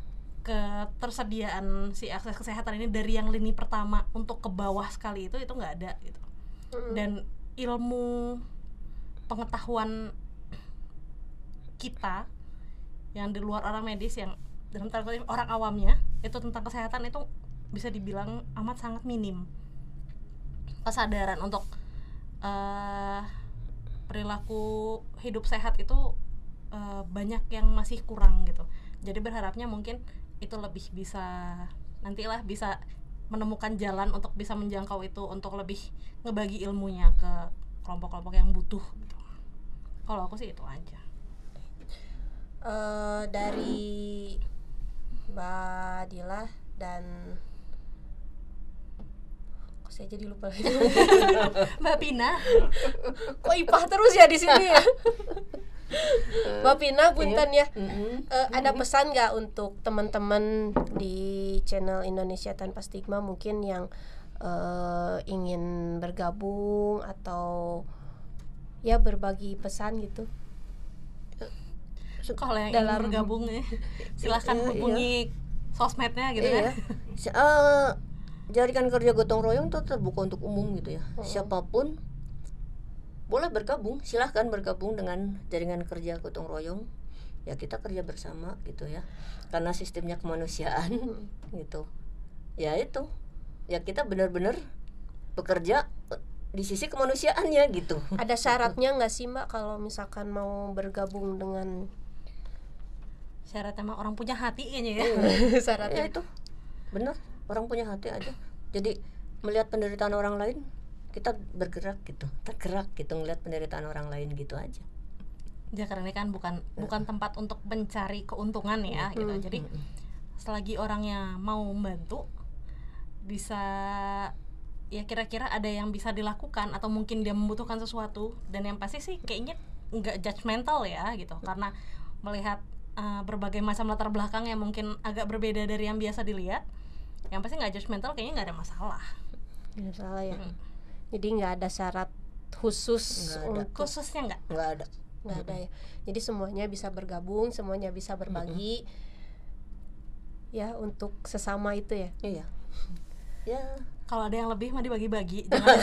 ketersediaan si akses kesehatan ini dari yang lini pertama untuk ke bawah sekali itu itu nggak ada gitu. Dan ilmu pengetahuan kita yang di luar orang medis, yang dalam tanda kutip orang awamnya itu tentang kesehatan itu bisa dibilang amat sangat minim. Kesadaran untuk uh, perilaku hidup sehat itu uh, banyak yang masih kurang gitu. Jadi berharapnya mungkin itu lebih bisa nantilah bisa menemukan jalan untuk bisa menjangkau itu, untuk lebih ngebagi ilmunya ke kelompok-kelompok yang butuh gitu. Kalau aku sih itu aja. Uh, dari Mbak Dila dan kok saya jadi lupa lagi. Mbak Pina, Kok Ipah terus ya di sini ya? Mbak Pina, punten ya. Mm-mm. Eh, ada pesan nggak untuk teman-teman di channel Indonesia Tanpa Stigma mungkin yang eh, ingin bergabung atau ya berbagi pesan gitu? Kalau yang Dalam- ingin bergabung ya, silahkan Iya, iya. hubungi sosmednya gitu Iya. kan. Si- eh, jaringan kerja gotong royong itu terbuka untuk umum gitu ya. Siapapun boleh bergabung, silahkan bergabung dengan jaringan kerja gotong royong. Ya kita kerja bersama gitu ya. Karena sistemnya kemanusiaan gitu. Ya itu. Ya kita benar-benar bekerja di sisi kemanusiaannya gitu. Ada syaratnya nggak sih Mbak kalau misalkan mau bergabung dengan Syaratnya mah orang punya hati kayaknya ya. Ya syaratnya? itu benar, orang punya hati aja. Jadi melihat penderitaan orang lain, kita bergerak gitu, tergerak gitu ngelihat penderitaan orang lain gitu aja. Jakar ini kan bukan bukan tempat untuk mencari keuntungan ya gitu. Jadi selagi orangnya mau membantu, bisa ya kira-kira ada yang bisa dilakukan atau mungkin dia membutuhkan sesuatu, dan yang pasti sih kayaknya nggak judgmental ya gitu, karena melihat uh, berbagai macam latar belakang yang mungkin agak berbeda dari yang biasa dilihat, yang pasti nggak judgmental, kayaknya nggak ada masalah. Nggak salah ya. Hmm. Jadi nggak ada syarat khusus Nggak ada. untuk Khususnya nggak. Nggak ada. nggak ada ya. Jadi semuanya bisa bergabung, semuanya bisa berbagi. Ya untuk sesama itu ya. Iya. Ya. Kalau ada yang lebih mah dibagi-bagi. Jangan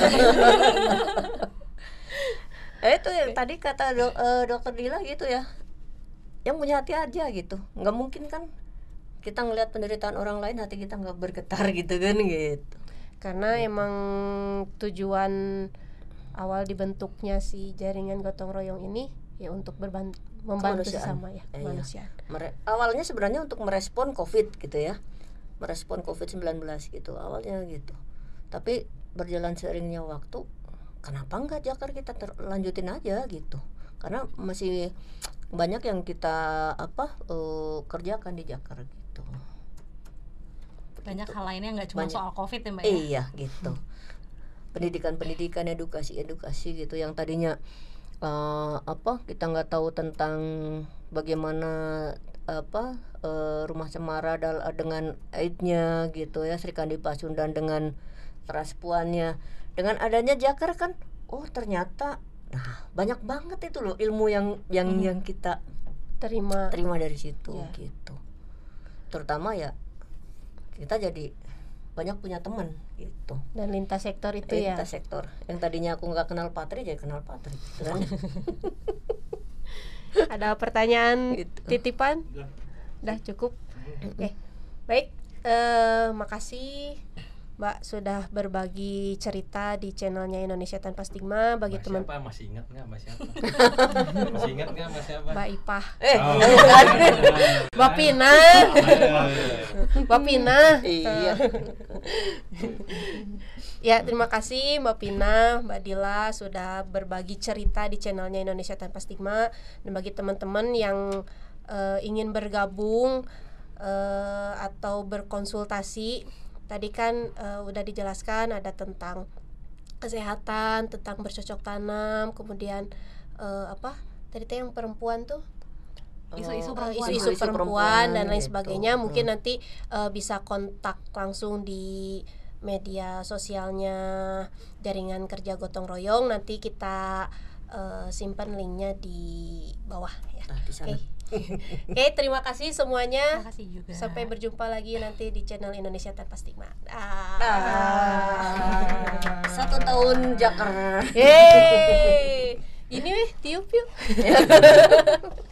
Eh itu ya tadi kata dok, eh, dokter Dila gitu ya. Yang punya hati aja gitu. Nggak mungkin kan kita ngelihat penderitaan orang lain hati kita nggak bergetar gitu kan gitu. Karena emang tujuan awal dibentuknya si jaringan gotong royong ini ya untuk berban- membantu Kemanusiaan. sesama ya, Iya. kemanusiaan. Mere- awalnya sebenarnya untuk merespon COVID gitu ya. Merespon covid sembilan belas gitu awalnya gitu. Tapi berjalan seiringnya waktu, kenapa enggak Jakar kita terlanjutin aja gitu. Karena masih banyak yang kita apa eh, kerjakan di Jakar gitu. banyak hal lainnya nggak cuma Banyak. soal COVID ya Mbak ya. Iya gitu. Pendidikan-pendidikan, edukasi-edukasi gitu yang tadinya uh, apa kita nggak tahu tentang bagaimana apa uh, rumah cemara dal- dengan aidnya gitu ya, Sri Kandi Pasundan dengan transpuannya. Dengan adanya Jakar kan, oh ternyata nah banyak banget itu loh ilmu yang yang Hmm. yang kita Terima. terima dari situ Ya. gitu. Terutama ya kita jadi banyak punya teman gitu. Dan lintas sektor itu ya. Lintas sektor. Yang tadinya aku nggak kenal Patri jadi kenal Patri gitu kan. Ada pertanyaan Gitu. titipan? Udah. Udah cukup. Oke. Baik, eh makasih Mbak sudah berbagi cerita di channelnya Indonesia Tanpa Stigma bagi Mas teman siapa masih ingat nggak Mas siapa? Masih ingat nggak Mas siapa? Mbak Ipah. Eh, Oh. Mbak Pina. Mbak Pina. iya. Ya, terima kasih Mbak Pina, Mbak Dila sudah berbagi cerita di channelnya Indonesia Tanpa Stigma. Dan bagi teman-teman yang eh, ingin bergabung eh, atau berkonsultasi, tadi kan eh, udah dijelaskan ada tentang kesehatan, tentang bercocok tanam, kemudian eh, apa? Tadi teh yang perempuan tuh Isu-isu eh, perempuan. isu-isu Isu-isu perempuan dan lain gitu. sebagainya. Mungkin Hmm. nanti eh, bisa kontak langsung di media sosialnya jaringan kerja gotong royong. Nanti kita eh, simpan linknya di bawah ya. Nah, di sana. Oke, Oke, terima kasih semuanya. Terima kasih juga. Sampai berjumpa lagi nanti di channel Indonesia Tanpa Stigma. Ah. Ah, satu tahun Jakar. Yeay. Ini weh, tiup yuk.